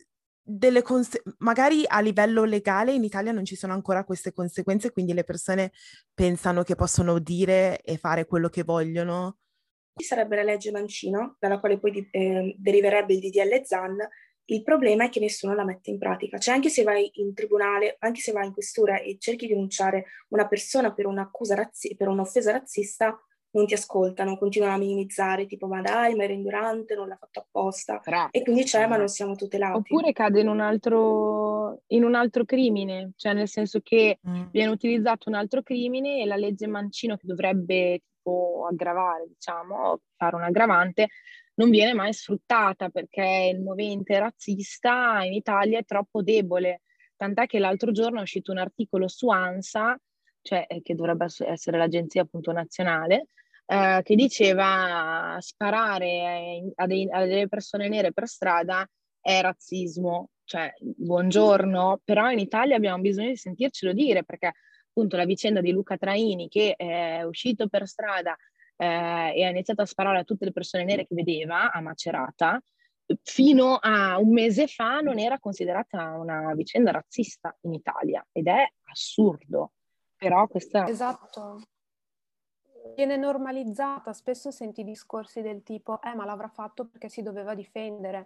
magari a livello legale in Italia non ci sono ancora queste conseguenze, quindi le persone pensano che possono dire e fare quello che vogliono. Ci sarebbe la legge Mancino, dalla quale poi deriverebbe il DDL Zan. Il problema è che nessuno la mette in pratica. Cioè, anche se vai in tribunale, anche se vai in questura e cerchi di denunciare una persona per un'accusa per un'offesa razzista, non ti ascoltano, continuano a minimizzare, tipo, ma dai, ma era ignorante, non l'ha fatto apposta. E quindi c'è, ma non siamo tutelati. Oppure cade in un altro crimine, cioè nel senso che viene utilizzato un altro crimine e la legge Mancino, che dovrebbe tipo aggravare, diciamo, fare un aggravante, non viene mai sfruttata perché il movente razzista in Italia è troppo debole. Tant'è che l'altro giorno è uscito un articolo su ANSA, cioè, che dovrebbe essere l'agenzia appunto nazionale, che diceva sparare a delle persone nere per strada è razzismo. Cioè, buongiorno, però in Italia abbiamo bisogno di sentircelo dire, perché appunto la vicenda di Luca Traini, che è uscito per strada e ha iniziato a sparare a tutte le persone nere che vedeva a Macerata, fino a un mese fa non era considerata una vicenda razzista in Italia, ed è assurdo. Però questa... Esatto. Viene normalizzata, spesso senti discorsi del tipo ma l'avrà fatto perché si doveva difendere,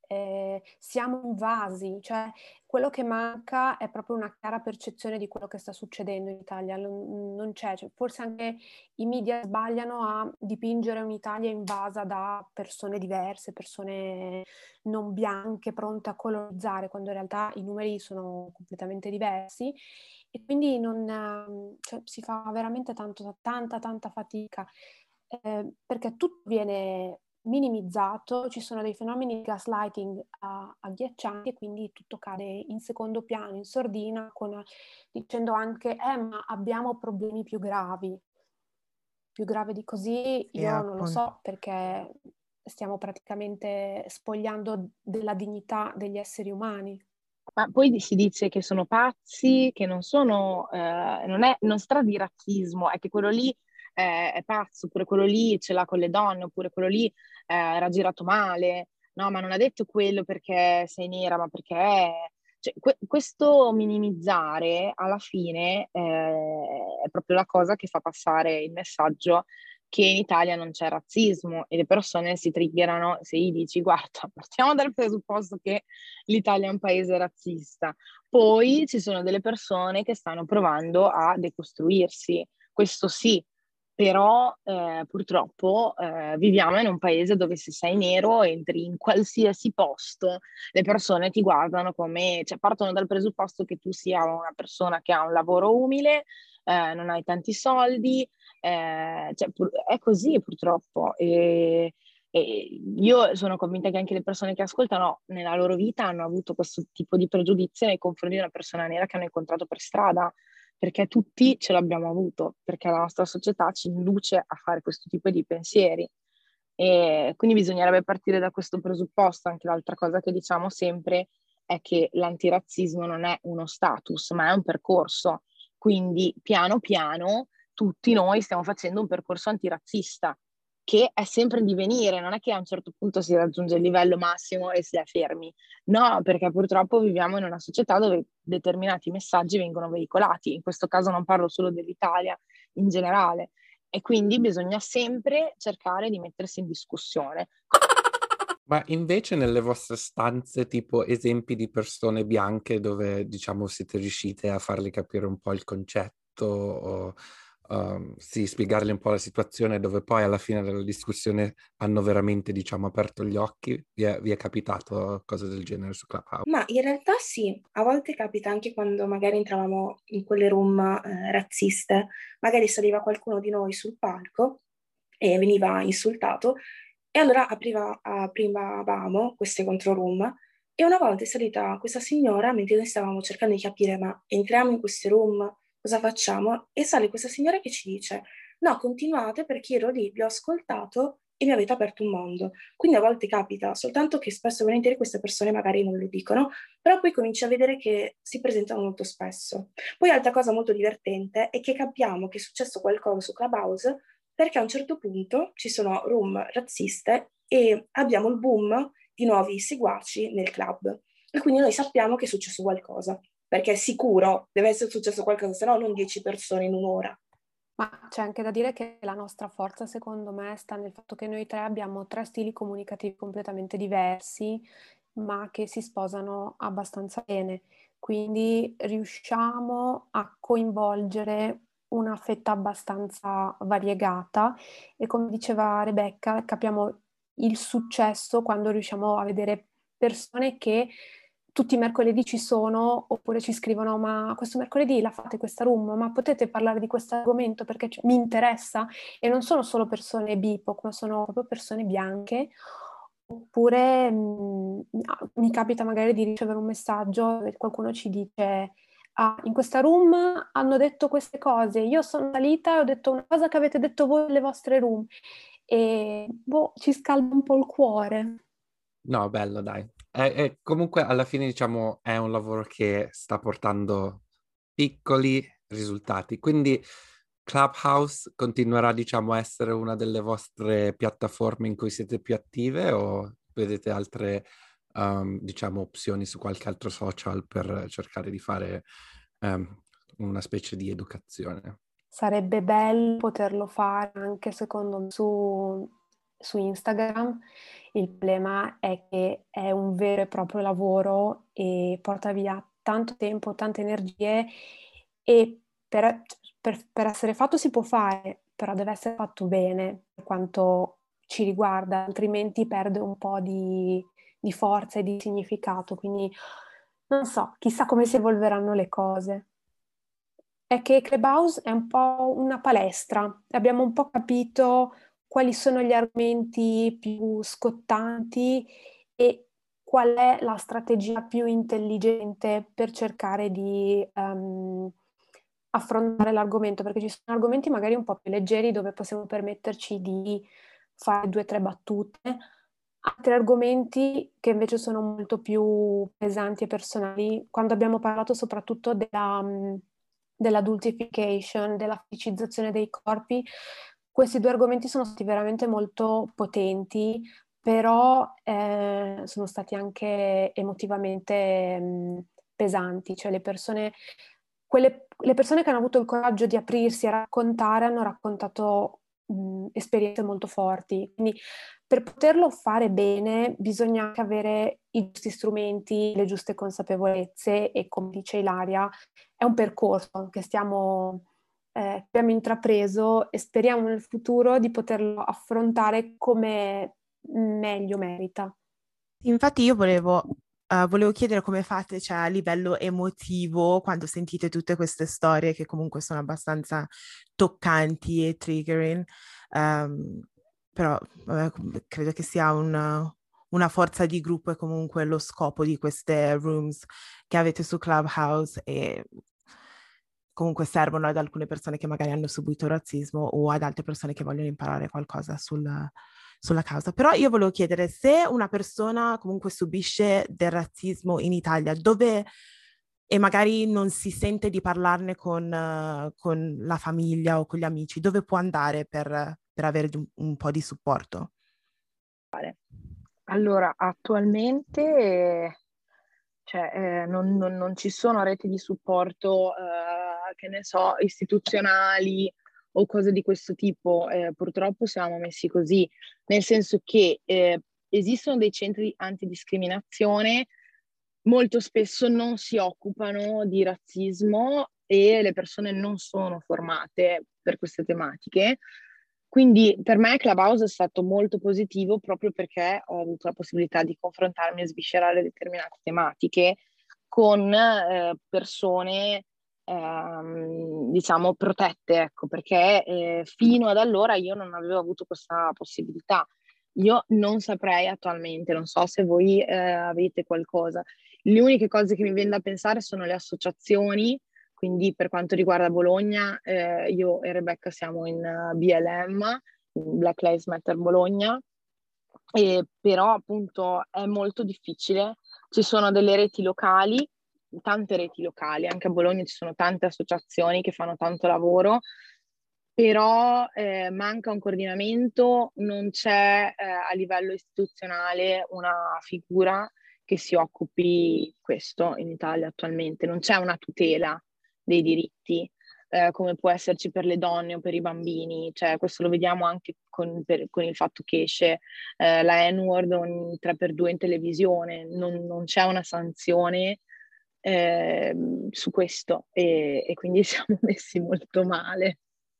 siamo invasi, cioè quello che manca è proprio una chiara percezione di quello che sta succedendo in Italia, non c'è, cioè, forse anche i media sbagliano a dipingere un'Italia invasa da persone diverse, persone non bianche pronte a colonizzare, quando in realtà i numeri sono completamente diversi. E quindi cioè, si fa veramente tanta fatica, perché tutto viene minimizzato, ci sono dei fenomeni di gaslighting agghiaccianti e quindi tutto cade in secondo piano, in sordina, dicendo anche ma abbiamo problemi più gravi. Più grave di così io non lo so, perché stiamo praticamente spogliando della dignità degli esseri umani. Ma poi si dice che sono pazzi, che non sono, non si tratta di razzismo, è che quello lì è pazzo, oppure quello lì ce l'ha con le donne, oppure quello lì era girato male. No, ma non ha detto quello perché sei nera, ma perché... Cioè, questo minimizzare alla fine è proprio la cosa che fa passare il messaggio che in Italia non c'è razzismo e le persone si triggerano se gli dici guarda, partiamo dal presupposto che l'Italia è un paese razzista. Poi ci sono delle persone che stanno provando a decostruirsi, questo sì, però purtroppo viviamo in un paese dove se sei nero entri in qualsiasi posto, le persone ti guardano come, cioè partono dal presupposto che tu sia una persona che ha un lavoro umile, non hai tanti soldi, cioè, è così purtroppo. E io sono convinta che anche le persone che ascoltano nella loro vita hanno avuto questo tipo di pregiudizio nei confronti di una persona nera che hanno incontrato per strada, perché tutti ce l'abbiamo avuto, perché la nostra società ci induce a fare questo tipo di pensieri. E quindi bisognerebbe partire da questo presupposto. Anche l'altra cosa che diciamo sempre è che l'antirazzismo non è uno status, ma è un percorso. Quindi piano piano tutti noi stiamo facendo un percorso antirazzista che è sempre in divenire, non è che a un certo punto si raggiunge il livello massimo e si è fermi. No, perché purtroppo viviamo in una società dove determinati messaggi vengono veicolati. In questo caso non parlo solo dell'Italia, in generale. E quindi bisogna sempre cercare di mettersi in discussione. Ma invece nelle vostre stanze, tipo esempi di persone bianche dove, diciamo, siete riuscite a farle capire un po' il concetto o sì, spiegargli un po' la situazione, dove poi alla fine della discussione hanno veramente, diciamo, aperto gli occhi? Vi è capitato cose del genere su Clubhouse? Ma in realtà sì, a volte capita anche quando magari entravamo in quelle room razziste, magari saliva qualcuno di noi sul palco e veniva insultato e allora aprivamo queste control room e una volta è salita questa signora mentre noi stavamo cercando di capire ma entriamo in queste room, cosa facciamo? E sale questa signora che ci dice no, continuate perché ero lì, vi ho ascoltato e mi avete aperto un mondo. Quindi a volte capita, soltanto che spesso e volentieri queste persone magari non lo dicono, però poi cominci a vedere che si presentano molto spesso. Poi altra cosa molto divertente è che capiamo che è successo qualcosa su Clubhouse perché a un certo punto ci sono room razziste e abbiamo il boom di nuovi seguaci nel club. e quindi noi sappiamo che è successo qualcosa, perché è sicuro, deve essere successo qualcosa, se no non 10 persone in un'ora. Ma c'è anche da dire che la nostra forza, secondo me, sta nel fatto che noi tre abbiamo tre stili comunicativi completamente diversi, ma che si sposano abbastanza bene. Quindi riusciamo a coinvolgere una fetta abbastanza variegata e, come diceva Rebecca, capiamo il successo quando riusciamo a vedere persone che tutti i mercoledì ci sono, oppure ci scrivono: ma questo mercoledì la fate questa room, ma potete parlare di questo argomento perché mi interessa? E non sono solo persone BIPOC, ma sono proprio persone bianche. Oppure mi capita magari di ricevere un messaggio e qualcuno ci dice: ah, in questa room hanno detto queste cose, io sono salita e ho detto una cosa che avete detto voi nelle vostre room, e ci scalda un po' il cuore. No, bello, dai. E comunque alla fine, diciamo, è un lavoro che sta portando piccoli risultati. Quindi Clubhouse continuerà, diciamo, a essere una delle vostre piattaforme in cui siete più attive, o vedete altre, diciamo, opzioni su qualche altro social per cercare di fare una specie di educazione? Sarebbe bello poterlo fare anche, secondo me, su Instagram. Il problema è che è un vero e proprio lavoro e porta via tanto tempo, tante energie, e per essere fatto si può fare, però deve essere fatto bene per quanto ci riguarda, altrimenti perde un po' di forza e di significato. Quindi non so, chissà come si evolveranno le cose. È che Clubhouse è un po' una palestra, abbiamo un po' capito quali sono gli argomenti più scottanti e qual è la strategia più intelligente per cercare di affrontare l'argomento, perché ci sono argomenti magari un po' più leggeri dove possiamo permetterci di fare 2 o 3 battute, altri argomenti che invece sono molto più pesanti e personali. Quando abbiamo parlato soprattutto dell'adultification, della feticizzazione dei corpi, questi 2 argomenti sono stati veramente molto potenti, però sono stati anche emotivamente pesanti, cioè le persone che hanno avuto il coraggio di aprirsi a raccontare hanno raccontato esperienze molto forti. Quindi per poterlo fare bene bisogna anche avere i giusti strumenti, le giuste consapevolezze, e, come dice Ilaria, è un percorso che abbiamo intrapreso e speriamo nel futuro di poterlo affrontare come meglio merita. Infatti io volevo chiedere come fate, cioè, a livello emotivo, quando sentite tutte queste storie che comunque sono abbastanza toccanti e triggering. Però vabbè, credo che sia una forza di gruppo e comunque lo scopo di queste rooms che avete su Clubhouse, e comunque servono ad alcune persone che magari hanno subito razzismo o ad altre persone che vogliono imparare qualcosa sulla causa. Però io volevo chiedere, se una persona comunque subisce del razzismo in Italia, dove, e magari non si sente di parlarne con la famiglia o con gli amici, dove può andare per avere un po' di supporto? Allora, attualmente non ci sono reti di supporto, che ne so, istituzionali o cose di questo tipo. Purtroppo siamo messi così, nel senso che esistono dei centri antidiscriminazione, molto spesso non si occupano di razzismo e le persone non sono formate per queste tematiche. Quindi per me Clubhouse è stato molto positivo proprio perché ho avuto la possibilità di confrontarmi e sviscerare determinate tematiche con persone, diciamo, protette, ecco, perché fino ad allora io non avevo avuto questa possibilità. Io non saprei attualmente, non so se voi avete qualcosa. Le uniche cose che mi viene da pensare sono le associazioni. Quindi per quanto riguarda Bologna, io e Rebecca siamo in BLM, in Black Lives Matter Bologna, però appunto è molto difficile. Ci sono delle reti locali, tante reti locali, anche a Bologna ci sono tante associazioni che fanno tanto lavoro, però manca un coordinamento, non c'è a livello istituzionale una figura che si occupi di questo in Italia attualmente. Non c'è una tutela dei diritti come può esserci per le donne o per i bambini, cioè questo lo vediamo anche con il fatto che esce la N-word ogni 3x2 in televisione, non c'è una sanzione su questo e quindi siamo messi molto male.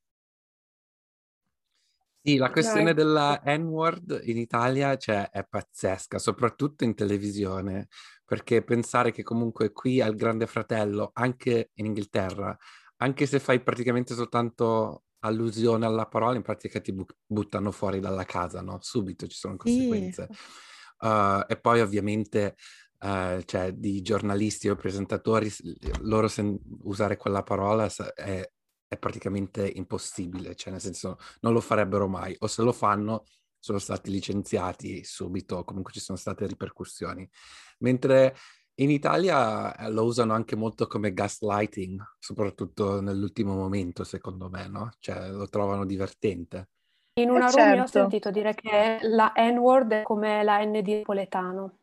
Sì, la questione No, della N-word in Italia, cioè, è pazzesca, soprattutto in televisione, perché pensare che comunque qui al Grande Fratello, anche in Inghilterra, anche se fai praticamente soltanto allusione alla parola, in pratica ti buttano fuori dalla casa, no? Subito ci sono Sì. conseguenze. E poi ovviamente, cioè, di giornalisti o presentatori, loro usare quella parola è praticamente impossibile, cioè nel senso non lo farebbero mai, o se lo fanno sono stati licenziati subito, comunque ci sono state ripercussioni. Mentre in Italia lo usano anche molto come gaslighting, soprattutto nell'ultimo momento, secondo me, no? Cioè lo trovano divertente. In una room io ho Certo, sentito dire che la N-word è come la N di napoletano.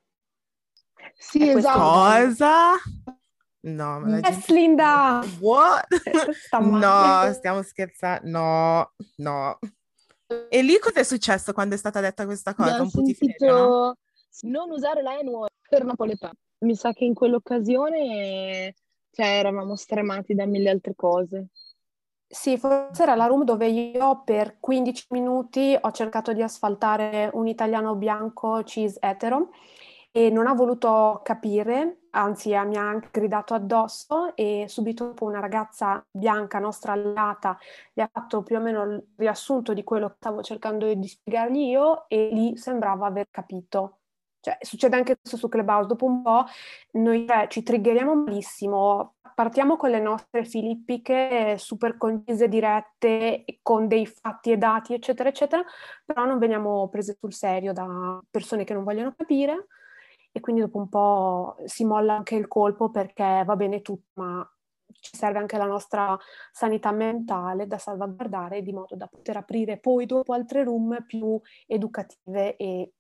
sì, È questo il esatto. modello. Cosa? No, ma la Yes, gente... Linda! What? Sta No, male. stiamo scherzando. No, no. E lì cosa è successo quando è stata detta questa cosa? Abbiamo Un putiferio, no? sentito non usare la N-word per napoletano. Mi sa che in quell'occasione cioè, eravamo stremati da mille altre cose. Sì, forse era la room dove io per 15 minuti ho cercato di asfaltare un italiano bianco cis etero e non ha voluto capire, anzi mi ha anche gridato addosso e subito dopo una ragazza bianca, nostra alleata, gli ha fatto più o meno il riassunto di quello che stavo cercando di spiegargli io e lì sembrava aver capito. Cioè, succede anche questo su Clubhouse, dopo un po' noi ci triggeriamo malissimo, partiamo con le nostre filippiche super concise, dirette, con dei fatti e dati, eccetera, eccetera, però non veniamo prese sul serio da persone che non vogliono capire e quindi dopo un po' si molla anche il colpo perché va bene tutto, ma ci serve anche la nostra sanità mentale da salvaguardare di modo da poter aprire poi dopo altre room più educative e,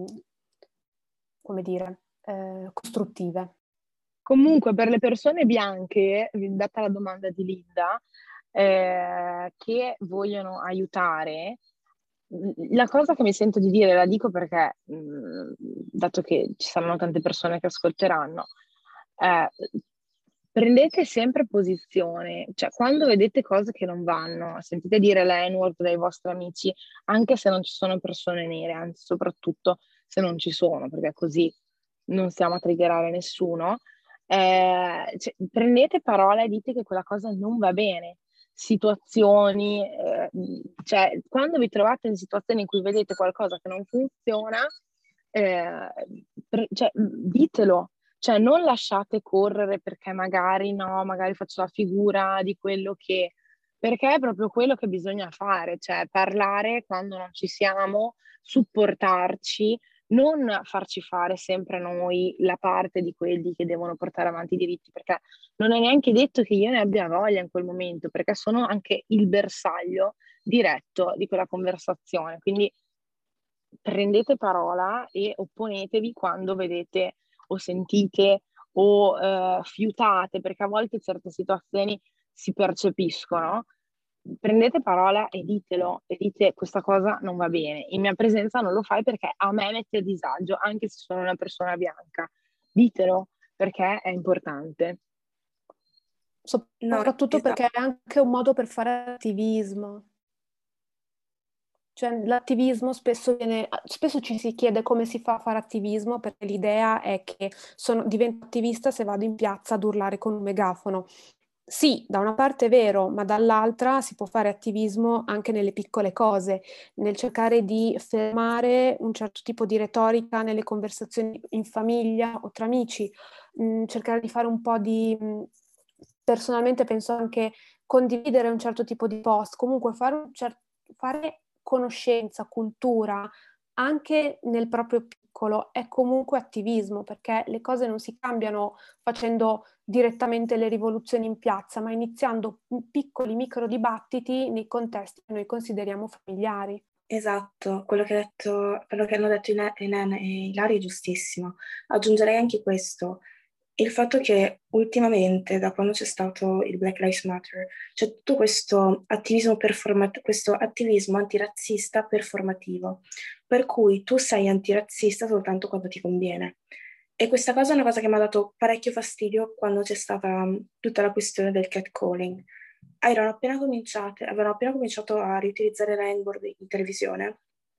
come dire, costruttive. Comunque, per le persone bianche, data la domanda di Linda, che vogliono aiutare, la cosa che mi sento di dire, la dico perché, dato che ci saranno tante persone che ascolteranno, prendete sempre posizione, cioè quando vedete cose che non vanno, sentite dire la N-word dai vostri amici, anche se non ci sono persone nere, anzi soprattutto se non ci sono, perché così non stiamo a triggerare nessuno, cioè, prendete parola e dite che quella cosa non va bene. Situazioni, cioè quando vi trovate in situazioni in cui vedete qualcosa che non funziona, cioè, ditelo, cioè non lasciate correre perché magari no, magari faccio la figura di quello che, perché è proprio quello che bisogna fare, cioè parlare quando non ci siamo, supportarci, non farci fare sempre noi la parte di quelli che devono portare avanti i diritti, perché non è neanche detto che io ne abbia voglia in quel momento, perché sono anche il bersaglio diretto di quella conversazione. Quindi prendete parola e opponetevi quando vedete o sentite o fiutate, perché a volte certe situazioni si percepiscono. Prendete parola e ditelo, e dite questa cosa non va bene. In mia presenza non lo fai perché a me mette a disagio, anche se sono una persona bianca. Ditelo perché è importante. No, Soprattutto esatto. perché è anche un modo per fare attivismo. Cioè, l'attivismo spesso ci si chiede come si fa a fare attivismo, perché l'idea è che divento attivista se vado in piazza ad urlare con un megafono. Sì, da una parte è vero, ma dall'altra si può fare attivismo anche nelle piccole cose, nel cercare di fermare un certo tipo di retorica nelle conversazioni in famiglia o tra amici, cercare di fare un po' di... Personalmente penso anche condividere un certo tipo di post, comunque fare conoscenza, cultura, anche nel proprio piccolo, è comunque attivismo, perché le cose non si cambiano facendo direttamente le rivoluzioni in piazza, ma iniziando piccoli micro dibattiti nei contesti che noi consideriamo familiari. Esatto, quello che hanno detto Inen e Ilaria è giustissimo. Aggiungerei anche questo, il fatto che ultimamente, da quando c'è stato il Black Lives Matter, c'è tutto questo attivismo questo attivismo antirazzista performativo, per cui tu sei antirazzista soltanto quando ti conviene. E questa cosa è una cosa che mi ha dato parecchio fastidio quando c'è stata tutta la questione del catcalling. Avevano appena cominciato a riutilizzare la N-word in televisione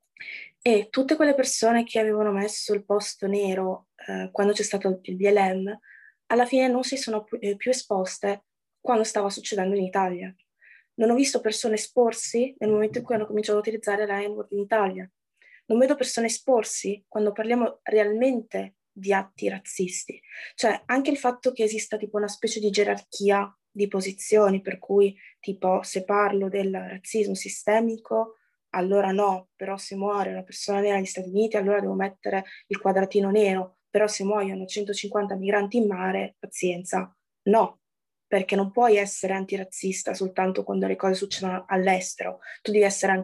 e tutte quelle persone che avevano messo il post nero quando c'è stato il BLM, alla fine non si sono più esposte quando stava succedendo in Italia. Non ho visto persone esporsi nel momento in cui hanno cominciato a utilizzare la N-word in Italia. Non vedo persone esporsi quando parliamo realmente di atti razzisti. Cioè, anche il fatto che esista tipo una specie di gerarchia di posizioni, per cui tipo se parlo del razzismo sistemico, allora no, però se muore una persona nera negli Stati Uniti, allora devo mettere il quadratino nero, però se muoiono 150 migranti in mare, pazienza. No, perché non puoi essere antirazzista soltanto quando le cose succedono all'estero, tu devi essere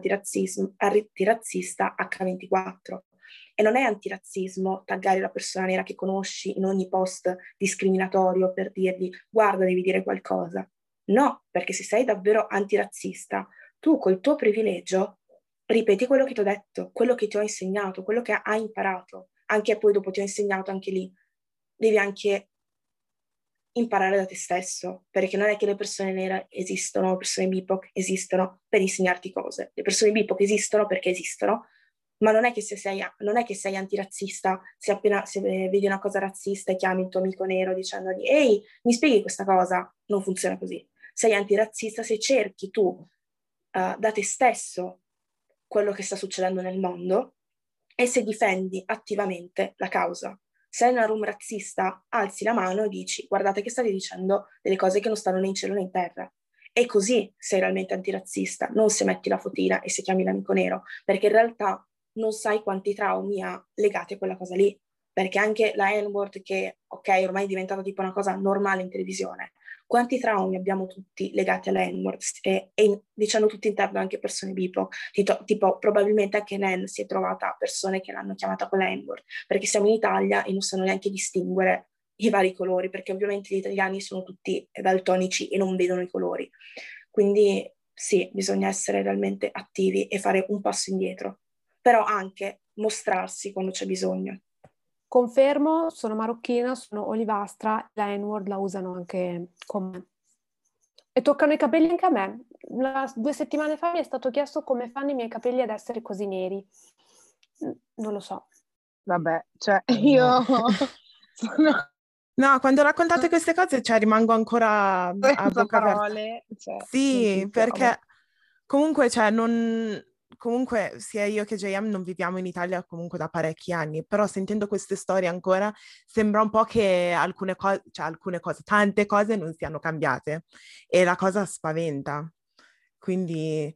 antirazzista H24. E non è antirazzismo taggare la persona nera che conosci in ogni post discriminatorio per dirgli guarda, devi dire qualcosa. No, perché se sei davvero antirazzista, tu col tuo privilegio ripeti quello che ti ho detto, quello che ti ho insegnato, quello che hai imparato, anche poi dopo ti ho insegnato anche lì. Devi anche imparare da te stesso, perché non è che le persone nere esistono, le persone BIPOC esistono per insegnarti cose. Le persone BIPOC esistono perché esistono, ma non è che non è che sei antirazzista se vedi una cosa razzista e chiami il tuo amico nero dicendogli ehi, mi spieghi questa cosa? Non funziona così. Sei antirazzista se cerchi tu da te stesso quello che sta succedendo nel mondo e se difendi attivamente la causa. Se hai una room razzista, alzi la mano e dici guardate che state dicendo delle cose che non stanno né in cielo né in terra. E così sei realmente antirazzista, non se metti la fotina e se chiami l'amico nero, perché in realtà non sai quanti traumi ha legati a quella cosa lì. Perché anche la N-word, che ok, ormai è diventata tipo una cosa normale in televisione, quanti traumi abbiamo tutti legati alla N-word e dicendo tutti interno anche persone BIPOC, tipo probabilmente anche Nen si è trovata persone che l'hanno chiamata con la N-word, perché siamo in Italia e non sanno neanche distinguere i vari colori, perché ovviamente gli italiani sono tutti daltonici e non vedono i colori. Quindi sì, bisogna essere realmente attivi e fare un passo indietro, però anche mostrarsi quando c'è bisogno. Confermo, sono marocchina, sono olivastra, la N-word la usano anche con me. E toccano i capelli anche a me. 2 settimane fa mi è stato chiesto come fanno i miei capelli ad essere così neri. Non lo so. Vabbè, cioè io sono No, quando raccontate queste cose, cioè, rimango ancora a senza bocca aperta. parole, cioè, non Sì, ci siamo. perché comunque, cioè, comunque sia io che JM non viviamo in Italia comunque da parecchi anni, però sentendo queste storie ancora sembra un po' che alcune cose, tante cose non siano cambiate e la cosa spaventa. Quindi,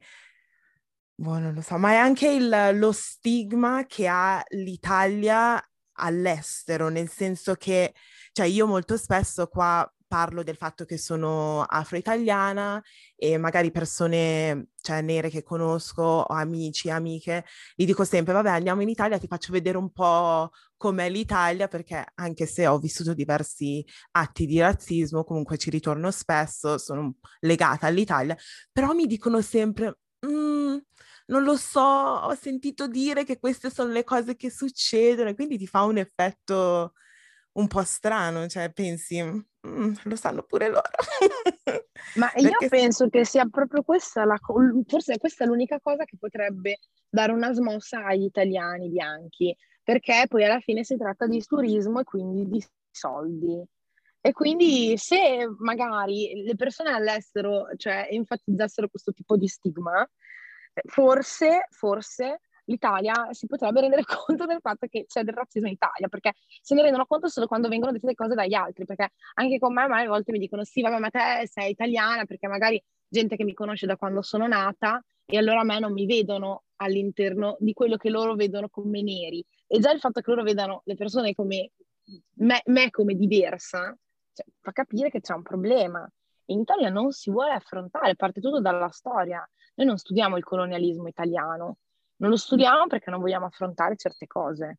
boh, non lo so, ma è anche lo stigma che ha l'Italia all'estero, nel senso che, cioè, io molto spesso qua parlo del fatto che sono afro-italiana e magari persone, cioè, nere che conosco, o amici, amiche, gli dico sempre, vabbè, andiamo in Italia, ti faccio vedere un po' com'è l'Italia, perché anche se ho vissuto diversi atti di razzismo, comunque ci ritorno spesso, sono legata all'Italia, però mi dicono sempre, non lo so, ho sentito dire che queste sono le cose che succedono e quindi ti fa un effetto un po' strano, cioè pensi, lo sanno pure loro. Ma io Perché penso che sia proprio questa forse questa è l'unica cosa che potrebbe dare una smossa agli italiani bianchi, perché poi alla fine si tratta di turismo e quindi di soldi. E quindi se magari le persone all'estero, cioè, enfatizzassero questo tipo di stigma, forse l'Italia si potrebbe rendere conto del fatto che c'è del razzismo in Italia, perché se ne rendono conto solo quando vengono dette le cose dagli altri, perché anche con me a volte mi dicono sì, vabbè, ma te sei italiana, perché magari gente che mi conosce da quando sono nata e allora a me non mi vedono all'interno di quello che loro vedono come neri. E già il fatto che loro vedano le persone come me come diversa, cioè, fa capire che c'è un problema. E in Italia non si vuole affrontare, parte tutto dalla storia. Noi non studiamo il colonialismo italiano Non lo studiamo perché non vogliamo affrontare certe cose.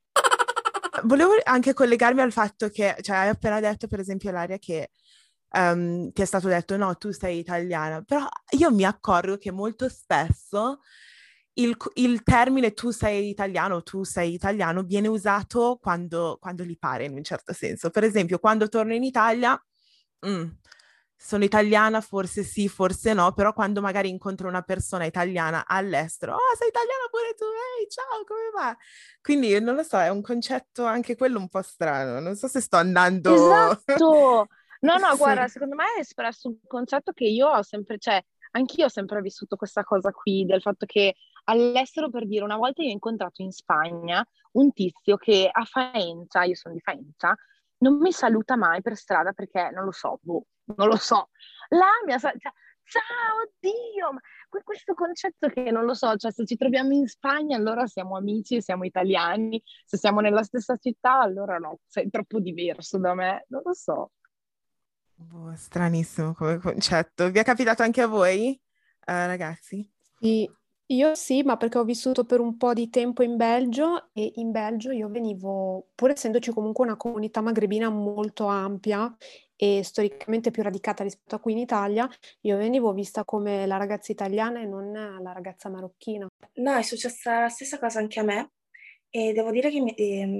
Volevo anche collegarmi al fatto che, cioè, hai appena detto, per esempio, Ilaria, che ti è stato detto no, tu sei italiana, però io mi accorgo che molto spesso il termine tu sei italiano viene usato quando gli pare, in un certo senso. Per esempio, quando torno in Italia, mm, sono italiana, forse sì, forse no, però quando magari incontro una persona italiana all'estero, oh, sei italiana pure tu, ehi, ciao, come va? Quindi non lo so, è un concetto anche quello un po' strano, non so se sto andando... Esatto! No, no, Sì. guarda, secondo me hai espresso un concetto che io ho sempre, cioè, anch'io ho sempre vissuto questa cosa qui, del fatto che all'estero, per dire, una volta io ho incontrato in Spagna un tizio che a Faenza, io sono di Faenza, non mi saluta mai per strada perché non lo so, boh, non lo so. Là cioè, ciao, oddio! Ma questo concetto che non lo so, cioè se ci troviamo in Spagna allora siamo amici, siamo italiani, se siamo nella stessa città allora no, sei troppo diverso da me, non lo so. Boh, stranissimo come concetto. Vi è capitato anche a voi, ragazzi? Sì, io sì, ma perché ho vissuto per un po' di tempo in Belgio e in Belgio io venivo, pur essendoci comunque una comunità magrebina molto ampia e storicamente più radicata rispetto a qui in Italia, io venivo vista come la ragazza italiana e non la ragazza marocchina. No, è successa la stessa cosa anche a me e devo dire che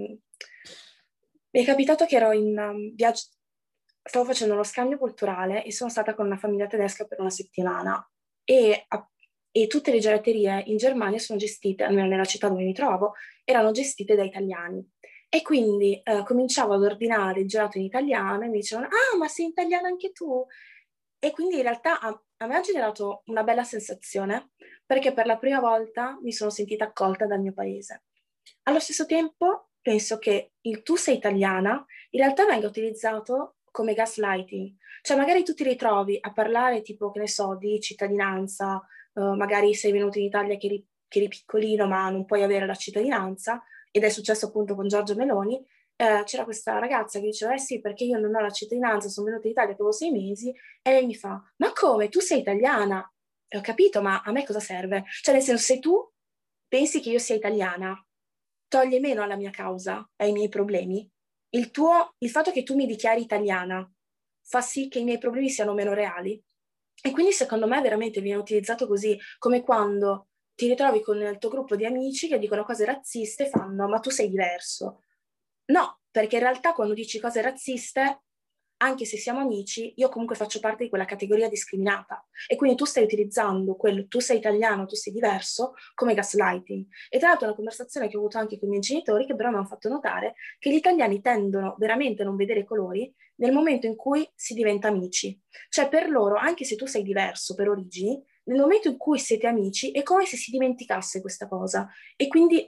mi è capitato che ero in viaggio, stavo facendo uno scambio culturale e sono stata con una famiglia tedesca per una settimana e, e tutte le gelaterie in Germania sono gestite, almeno nella città dove mi trovo, erano gestite da italiani. E quindi cominciavo ad ordinare il gelato in italiano e mi dicevano, ah, ma sei italiana anche tu? E quindi in realtà a me ha generato una bella sensazione perché per la prima volta mi sono sentita accolta dal mio paese. Allo stesso tempo, penso che il tu sei italiana in realtà venga utilizzato come gaslighting. Cioè magari tu ti ritrovi a parlare tipo, che ne so, di cittadinanza, magari sei venuto in Italia che eri piccolino ma non puoi avere la cittadinanza, ed è successo appunto con Giorgia Meloni. C'era questa ragazza che diceva, eh sì, perché io non ho la cittadinanza, sono venuta in Italia che avevo 6 mesi, e lei mi fa, ma come, tu sei italiana? E ho capito, ma a me cosa serve? Cioè nel senso, se tu pensi che io sia italiana, toglie meno alla mia causa, ai miei problemi. Il fatto che tu mi dichiari italiana fa sì che i miei problemi siano meno reali. E quindi secondo me veramente viene utilizzato così, come quando ti ritrovi con il tuo gruppo di amici che dicono cose razziste e fanno, ma tu sei diverso. No, perché in realtà quando dici cose razziste, anche se siamo amici, io comunque faccio parte di quella categoria discriminata. E quindi tu stai utilizzando quello, tu sei italiano, tu sei diverso, come gaslighting. E tra l'altro è una conversazione che ho avuto anche con i miei genitori, che però mi hanno fatto notare che gli italiani tendono veramente a non vedere i colori nel momento in cui si diventa amici. Cioè per loro, anche se tu sei diverso per origini, nel momento in cui siete amici è come se si dimenticasse questa cosa. E quindi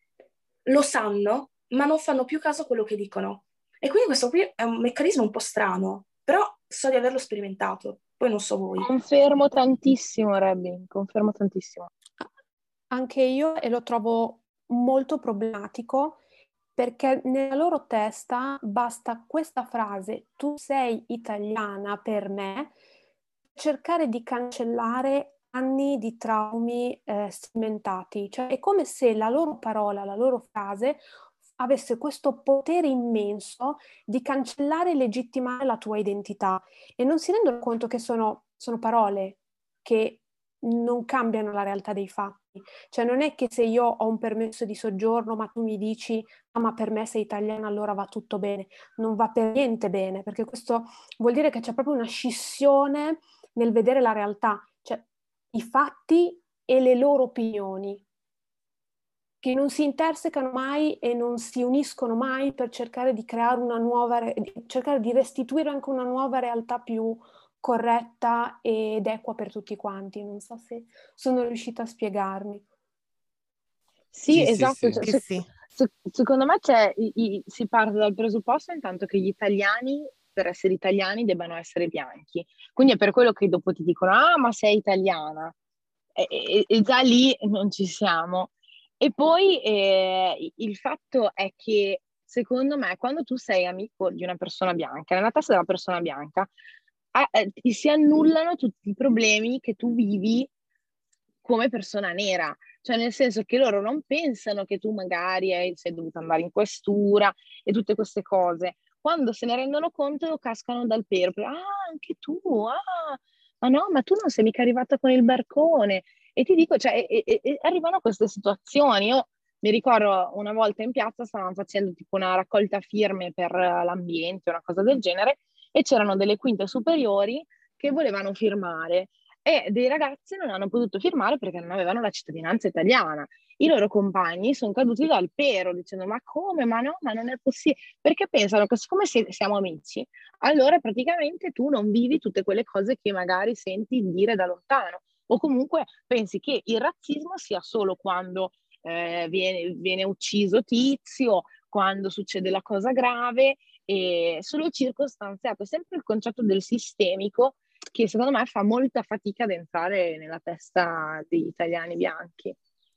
lo sanno, ma non fanno più caso a quello che dicono. E quindi questo qui è un meccanismo un po' strano, però so di averlo sperimentato, poi non so voi. Confermo tantissimo, Rebby, confermo tantissimo. Anche io e lo trovo molto problematico perché nella loro testa basta questa frase, tu sei italiana per me, cercare di cancellare anni di traumi sperimentati. Cioè è come se la loro parola, la loro frase avesse questo potere immenso di cancellare e legittimare la tua identità e non si rendono conto che sono parole che non cambiano la realtà dei fatti. Cioè non è che se io ho un permesso di soggiorno ma tu mi dici ah, ma per me sei italiana allora va tutto bene, non va per niente bene, perché questo vuol dire che c'è proprio una scissione nel vedere la realtà, cioè i fatti e le loro opinioni che non si intersecano mai e non si uniscono mai per cercare di creare una nuova, cercare di restituire anche una nuova realtà più corretta ed equa per tutti quanti. Non so se sono riuscita a spiegarmi. Sì, Sì, sì, esatto. sì. Cioè, Sì, sì. secondo me si parte dal presupposto intanto che gli italiani, per essere italiani, debbano essere bianchi. Quindi è per quello che dopo ti dicono, ah, ma sei italiana. E già lì non ci siamo. E poi il fatto è che, secondo me, quando tu sei amico di una persona bianca, nella testa della persona bianca, ti si annullano tutti i problemi che tu vivi come persona nera, Cioè nel senso che loro non pensano che tu magari sei dovuta andare in questura e tutte queste cose. Quando se ne rendono conto cascano dal pero. Ah, anche tu, ah, ma no, ma tu non sei mica arrivata con il barcone. E ti dico, cioè, e arrivano queste situazioni. Io mi ricordo una volta in piazza stavano facendo tipo una raccolta firme per l'ambiente, una cosa del genere, e c'erano delle quinte superiori che volevano firmare e dei ragazzi non hanno potuto firmare perché non avevano la cittadinanza italiana. I loro compagni sono caduti dal pero dicendo ma come, ma no, ma non è possibile, perché pensano che siccome siamo amici, allora praticamente tu non vivi tutte quelle cose che magari senti dire da lontano, o comunque pensi che il razzismo sia solo quando viene ucciso tizio, quando succede la cosa grave, e solo circostanziato, sempre il concetto del sistemico che secondo me fa molta fatica ad entrare nella testa degli italiani bianchi.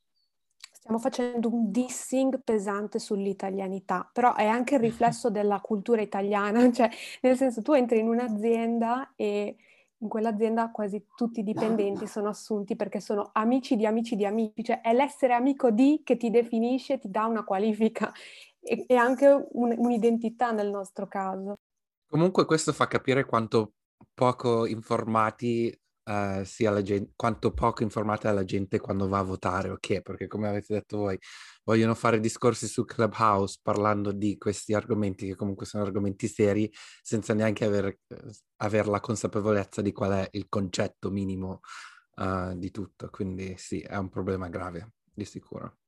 Stiamo facendo un dissing pesante sull'italianità, però è anche il riflesso della cultura italiana, cioè nel senso tu entri in un'azienda e in quell'azienda quasi tutti i dipendenti sono assunti perché sono amici di amici di amici, cioè è l'essere amico di che ti definisce, ti dà una qualifica e anche un'identità nel nostro caso. Comunque questo fa capire quanto poco informati sia la gente, quanto poco informata è la gente quando va a votare, ok? Perché come avete detto voi, vogliono fare discorsi su Clubhouse parlando di questi argomenti che comunque sono argomenti seri, senza neanche aver la consapevolezza di qual è il concetto minimo di tutto. Quindi sì, è un problema grave, di sicuro.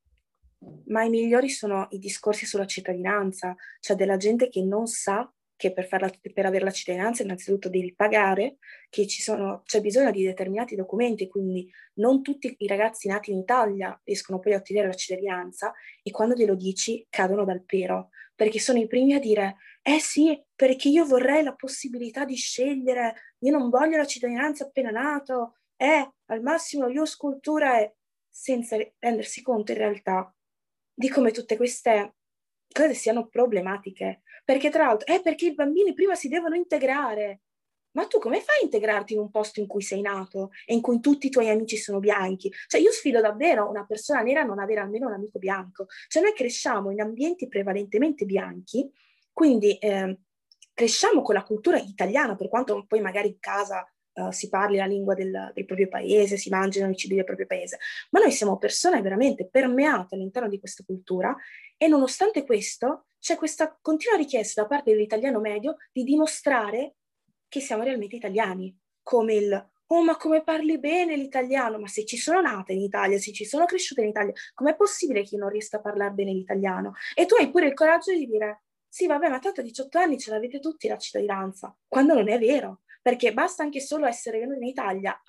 Ma i migliori sono i discorsi sulla cittadinanza, cioè della gente che non sa che per avere la cittadinanza innanzitutto devi pagare, che c'è bisogno di determinati documenti, quindi non tutti i ragazzi nati in Italia riescono poi a ottenere la cittadinanza e quando glielo dici cadono dal pero, perché sono i primi a dire sì, perché io vorrei la possibilità di scegliere, io non voglio la cittadinanza appena nato, al massimo io scultura senza rendersi conto in realtà di come tutte queste cose siano problematiche. Perché tra l'altro, perché i bambini prima si devono integrare. Ma tu come fai a integrarti in un posto in cui sei nato e in cui tutti i tuoi amici sono bianchi? Cioè io sfido davvero una persona nera a non avere almeno un amico bianco. Cioè noi cresciamo in ambienti prevalentemente bianchi, quindi cresciamo con la cultura italiana, per quanto poi magari in casa si parli la lingua del proprio paese, si mangiano i cibi del proprio paese, ma noi siamo persone veramente permeate all'interno di questa cultura e nonostante questo c'è questa continua richiesta da parte dell'italiano medio di dimostrare che siamo realmente italiani, come oh ma come parli bene l'italiano, ma se ci sono nata in Italia, se ci sono cresciuta in Italia, com'è possibile che io non riesca a parlare bene l'italiano? E tu hai pure il coraggio di dire sì vabbè ma tanto a 18 anni ce l'avete tutti la cittadinanza, quando non è vero, perché basta anche solo essere venuto in Italia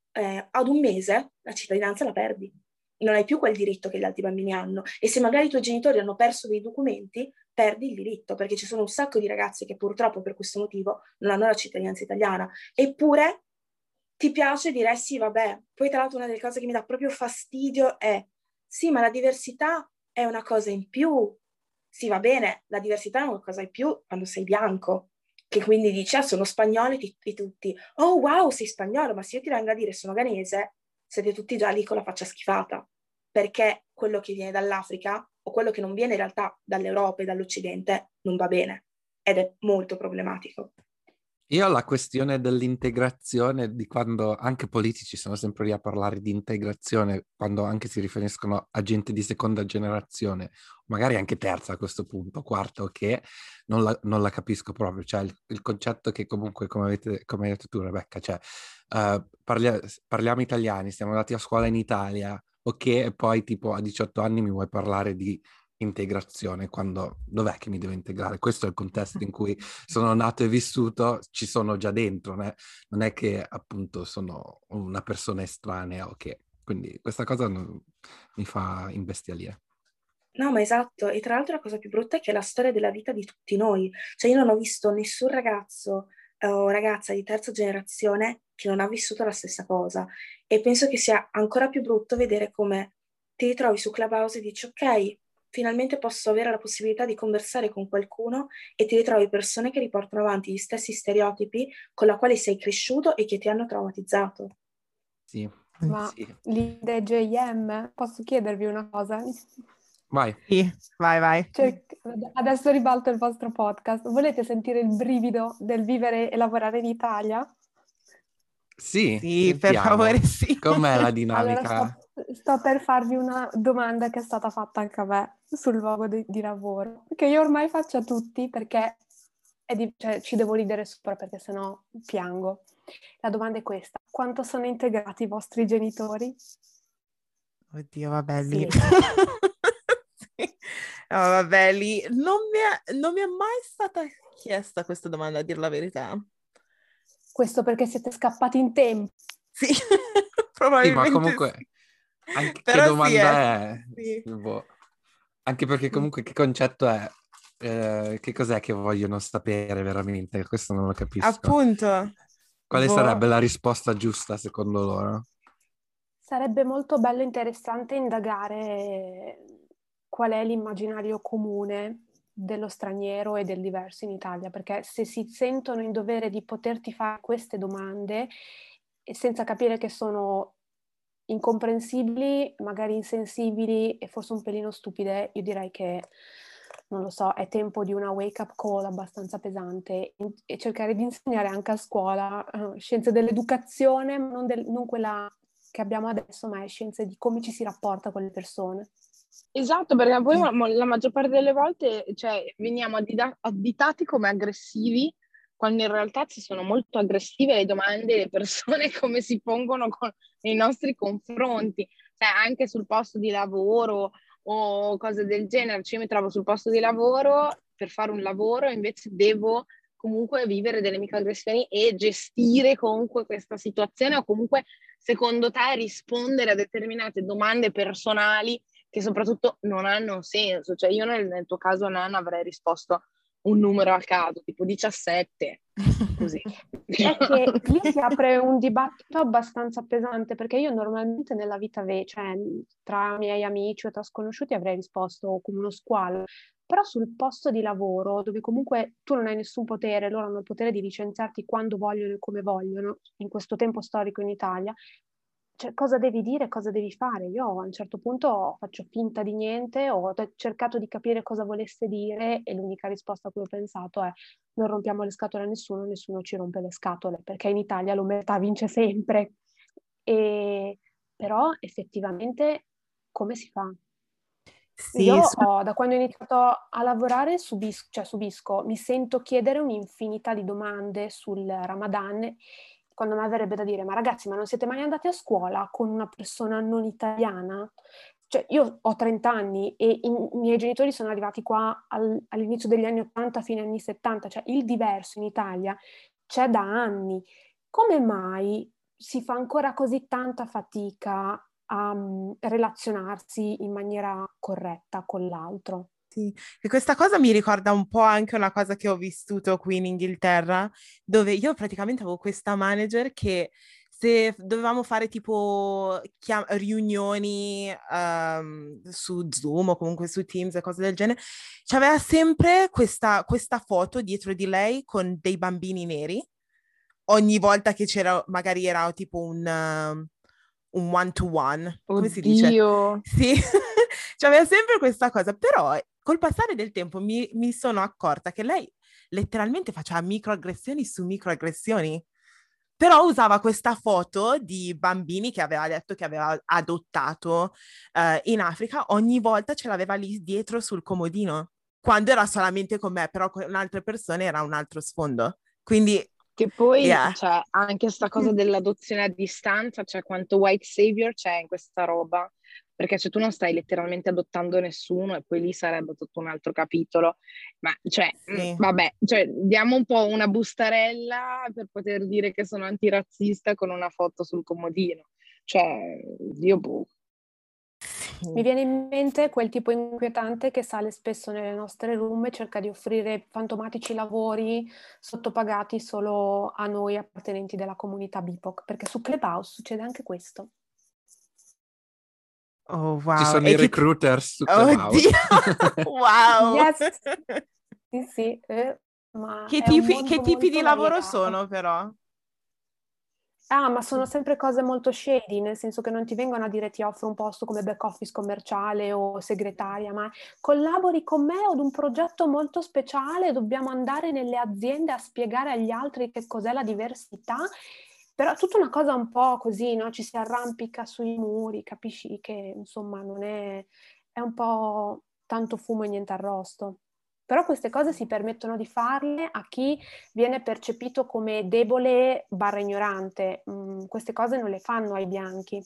ad un mese, la cittadinanza la perdi. Non hai più quel diritto che gli altri bambini hanno. E se magari i tuoi genitori hanno perso dei documenti, perdi il diritto, perché ci sono un sacco di ragazzi che purtroppo per questo motivo non hanno la cittadinanza italiana. Eppure ti piace dire sì, vabbè. Poi tra l'altro una delle cose che mi dà proprio fastidio è sì, ma la diversità è una cosa in più. Sì, va bene, la diversità è una cosa in più quando sei bianco, che quindi dici, sono spagnoli tutti. Oh, wow, sei spagnolo, ma se io ti vengo a dire sono ghanese, siete tutti già lì con la faccia schifata, perché quello che viene dall'Africa o quello che non viene in realtà dall'Europa e dall'Occidente non va bene ed è molto problematico. Io ho la questione dell'integrazione, di quando anche politici sono sempre lì a parlare di integrazione, quando anche si riferiscono a gente di seconda generazione, magari anche terza a questo punto, quarta, che non la capisco proprio. Cioè il concetto che comunque, come hai detto tu Rebecca, cioè parliamo italiani, siamo andati a scuola in Italia, ok, e poi tipo a 18 anni mi vuoi parlare di integrazione, quando dov'è che mi devo integrare? Questo è il contesto in cui sono nato e vissuto, ci sono già dentro, non è che appunto sono una persona estranea, ok? Quindi questa cosa mi fa imbestialire. No, ma esatto, e tra l'altro la cosa più brutta è che è la storia della vita di tutti noi, cioè io non ho visto nessun ragazzo o ragazza di terza generazione che non ha vissuto la stessa cosa e penso che sia ancora più brutto vedere come ti ritrovi su Clubhouse e dici ok, finalmente posso avere la possibilità di conversare con qualcuno e ti ritrovi persone che riportano avanti gli stessi stereotipi con la quali sei cresciuto e che ti hanno traumatizzato. Sì, Ma Sì, Linda e JM, posso chiedervi una cosa? vai. Sì, vai. Adesso ribalto il vostro podcast. Volete sentire il brivido del vivere e lavorare in Italia? Sì, Sì, per sentiamo. favore, sì. Com'è la Allora dinamica? sto per farvi una domanda che è stata fatta anche a me sul luogo di lavoro, che io ormai faccio a tutti perché cioè, ci devo ridere sopra perché sennò piango. La domanda è questa: quanto sono integrati i vostri genitori? Oddio, vabbè, lì. Silenzio. Sì. No, vabbè, lì non mi è mai stata chiesta questa domanda, a dir la verità. Questo perché siete scappati in tempo. Sì, Sì, ma probabilmente comunque, sì. anche che Però sì, domanda è? sì. Boh. Anche perché comunque che concetto è? Che cos'è che vogliono sapere veramente? Questo non lo capisco. Appunto, Quale boh. sarebbe la risposta giusta secondo loro? Sarebbe molto bello e interessante indagare qual è l'immaginario comune dello straniero e del diverso in Italia, perché se si sentono in dovere di poterti fare queste domande e senza capire che sono incomprensibili, magari insensibili e forse un pelino stupide, io direi che, non lo so, è tempo di una wake-up call abbastanza pesante e cercare di insegnare anche a scuola scienze dell'educazione, ma non quella che abbiamo adesso, ma è scienze di come ci si rapporta con le persone. Esatto, perché poi la maggior parte delle volte, cioè, veniamo additati come aggressivi, quando in realtà ci sono molto aggressive le domande e le persone come si pongono nei nostri confronti, cioè anche sul posto di lavoro o cose del genere. Cioè, io mi trovo sul posto di lavoro per fare un lavoro e invece devo comunque vivere delle microaggressioni e gestire comunque questa situazione o comunque, secondo te, rispondere a determinate domande personali che soprattutto non hanno senso. Cioè io nel tuo caso, Nana, avrei risposto un numero a caso, tipo 17, così. È che lì si apre un dibattito abbastanza pesante, perché io normalmente nella vita, cioè tra miei amici o tra sconosciuti avrei risposto come uno squalo, però sul posto di lavoro, dove comunque tu non hai nessun potere, loro hanno il potere di licenziarti quando vogliono e come vogliono, in questo tempo storico in Italia, cioè, cosa devi dire, cosa devi fare? Io a un certo punto faccio finta di niente, ho cercato di capire cosa volesse dire e l'unica risposta a cui ho pensato è: non rompiamo le scatole a nessuno, nessuno ci rompe le scatole, perché in Italia l'omertà vince sempre. E, però effettivamente come si fa? Sì, Da quando ho iniziato a lavorare subisco, mi sento chiedere un'infinità di domande sul Ramadan, quando mi verrebbe da dire: ma ragazzi, ma non siete mai andati a scuola con una persona non italiana? Cioè, io ho 30 anni e i miei genitori sono arrivati qua all'inizio degli anni 80, fine anni 70, cioè il diverso in Italia c'è da anni. Come mai si fa ancora così tanta fatica a relazionarsi in maniera corretta con l'altro? sì, e questa cosa mi ricorda un po' anche una cosa che ho vissuto qui in Inghilterra, dove io praticamente avevo questa manager che se dovevamo fare tipo riunioni su Zoom o comunque su Teams e cose del genere, c'aveva sempre questa foto dietro di lei con dei bambini neri. Ogni volta che c'era, magari era tipo un one-to-one, come si dice? Oddio. Sì, c'aveva sempre questa cosa, però col passare del tempo mi sono accorta che lei letteralmente faceva microaggressioni su microaggressioni, però usava questa foto di bambini che aveva detto che aveva adottato in Africa, ogni volta ce l'aveva lì dietro sul comodino, quando era solamente con me, però con altre persone era un altro sfondo. Quindi, Che poi yeah. c'è anche sta cosa dell'adozione a distanza, cioè quanto white savior c'è in questa roba, perché se tu non stai letteralmente adottando nessuno e poi lì sarebbe tutto un altro capitolo, ma cioè, Sì. vabbè, cioè, diamo un po' una bustarella per poter dire che sono antirazzista con una foto sul comodino, cioè, Dio boh. Mi viene in mente quel tipo inquietante che sale spesso nelle nostre room e cerca di offrire fantomatici lavori sottopagati solo a noi appartenenti della comunità BIPOC, perché su Clubhouse succede anche questo. Oh, Ci wow. sono E i recruiters su Clubhouse. Oddio! Wow! Yes! Sì, ma Che è un tipi, che mondo tipi di molto lavoro variegato. sono, però? Ah, ma sono sempre cose molto shady, nel senso che non ti vengono a dire ti offro un posto come back office commerciale o segretaria, ma collabori con me ad un progetto molto speciale, dobbiamo andare nelle aziende a spiegare agli altri che cos'è la diversità, però tutta una cosa un po' così, no? Ci si arrampica sui muri, capisci che insomma non è un po' tanto fumo e niente arrosto. Però queste cose si permettono di farle a chi viene percepito come debole barra ignorante. Queste cose non le fanno ai bianchi.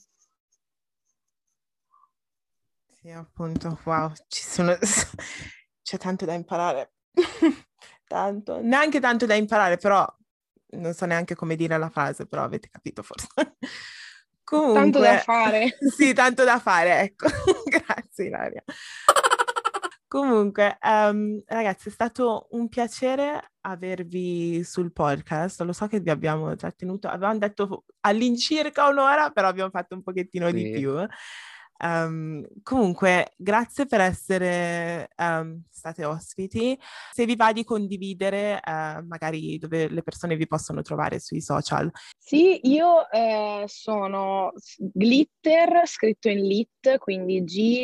Sì, appunto, wow, c'è tanto da imparare. Tanto, neanche tanto da imparare, però non so neanche come dire la frase, però avete capito forse. Tanto da Comunque, fare. sì, tanto da fare, ecco. Grazie, Ilaria. Comunque, ragazzi, è stato un piacere avervi sul podcast. Lo so che vi abbiamo trattenuto, avevamo detto all'incirca un'ora, però abbiamo fatto un pochettino di Sì. più. Comunque, grazie per essere state ospiti. Se vi va di condividere, magari dove le persone vi possono trovare sui social. Sì, io sono Glitter, scritto in lit, quindi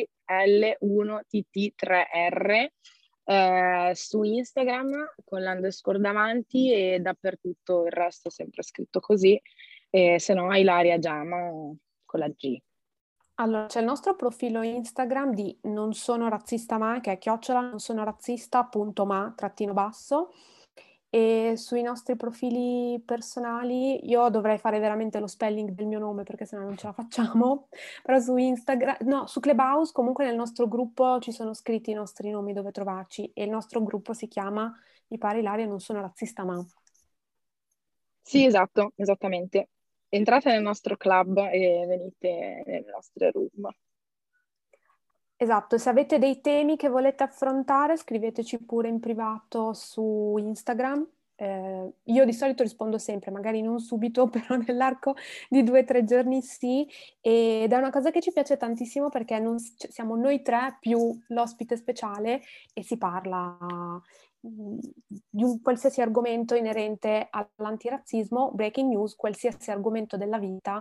GL1TT3R, su Instagram con l'underscore davanti e dappertutto il resto sempre scritto così, se no Ilaria Giama con la G. Allora, c'è il nostro profilo Instagram di non sono razzista ma, che è @nonsonораzzista.ma_ e sui nostri profili personali io dovrei fare veramente lo spelling del mio nome perché sennò non ce la facciamo, però su Instagram, no, su Clubhouse comunque nel nostro gruppo ci sono scritti i nostri nomi dove trovarci e il nostro gruppo si chiama, mi pare Ilaria, non sono razzista ma. Sì, esatto, esattamente. Entrate nel nostro club e venite nelle nostre room. Esatto, se avete dei temi che volete affrontare, scriveteci pure in privato su Instagram. Io di solito rispondo sempre, magari non subito, però nell'arco di 2 o 3 giorni sì. Ed è una cosa che ci piace tantissimo perché siamo noi tre più l'ospite speciale e si parla di un qualsiasi argomento inerente all'antirazzismo, breaking news, qualsiasi argomento della vita.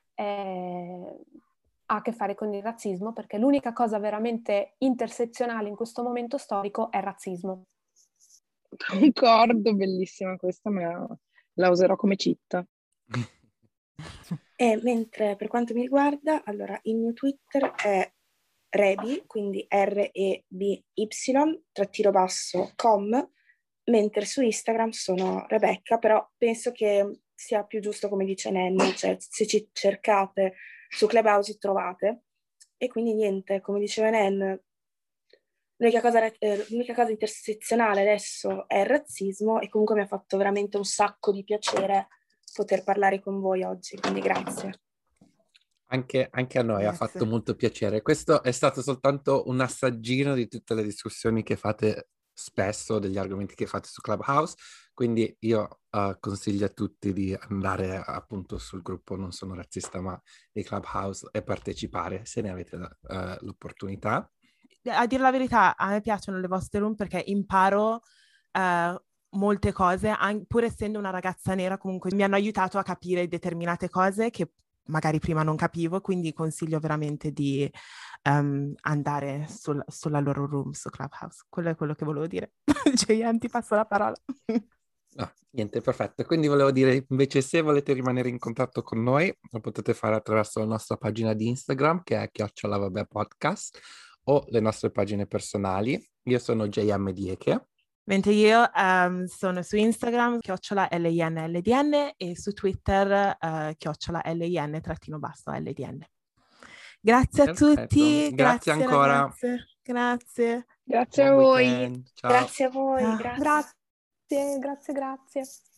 Ha a che fare con il razzismo, perché l'unica cosa veramente intersezionale in questo momento storico è il razzismo. Concordo, bellissima questa, ma la userò come cheat. E mentre per quanto mi riguarda, allora il mio Twitter è Rebi, quindi REBY_com, mentre su Instagram sono Rebecca, però penso che sia più giusto come dice Nen, cioè se ci cercate su Clubhouse trovate. E quindi niente, come diceva Nen, l'unica cosa intersezionale adesso è il razzismo e comunque mi ha fatto veramente un sacco di piacere poter parlare con voi oggi, quindi grazie. Anche a noi ha fatto molto piacere. Questo è stato soltanto un assaggino di tutte le discussioni che fate spesso, degli argomenti che fate su Clubhouse, quindi io consiglio a tutti di andare appunto sul gruppo Non sono razzista ma di Clubhouse e partecipare se ne avete l'opportunità. A dire la verità, a me piacciono le vostre room perché imparo molte cose, pur essendo una ragazza nera, comunque mi hanno aiutato a capire determinate cose che magari prima non capivo, quindi consiglio veramente di andare sulla loro room su Clubhouse. Quello è quello che volevo dire. Gian, ti passo la parola. No, niente, perfetto. Quindi volevo dire, invece, se volete rimanere in contatto con noi, lo potete fare attraverso la nostra pagina di Instagram, che è @podcast, o le nostre pagine personali. Io sono JM Dieke. Mentre io sono su Instagram, @linldn e su Twitter, @lin_LDN. Grazie a tutti, Grazie ancora. ragazze. Grazie. Grazie Buon a voi. weekend. Ciao. Grazie a voi, Ciao. grazie. Grazie.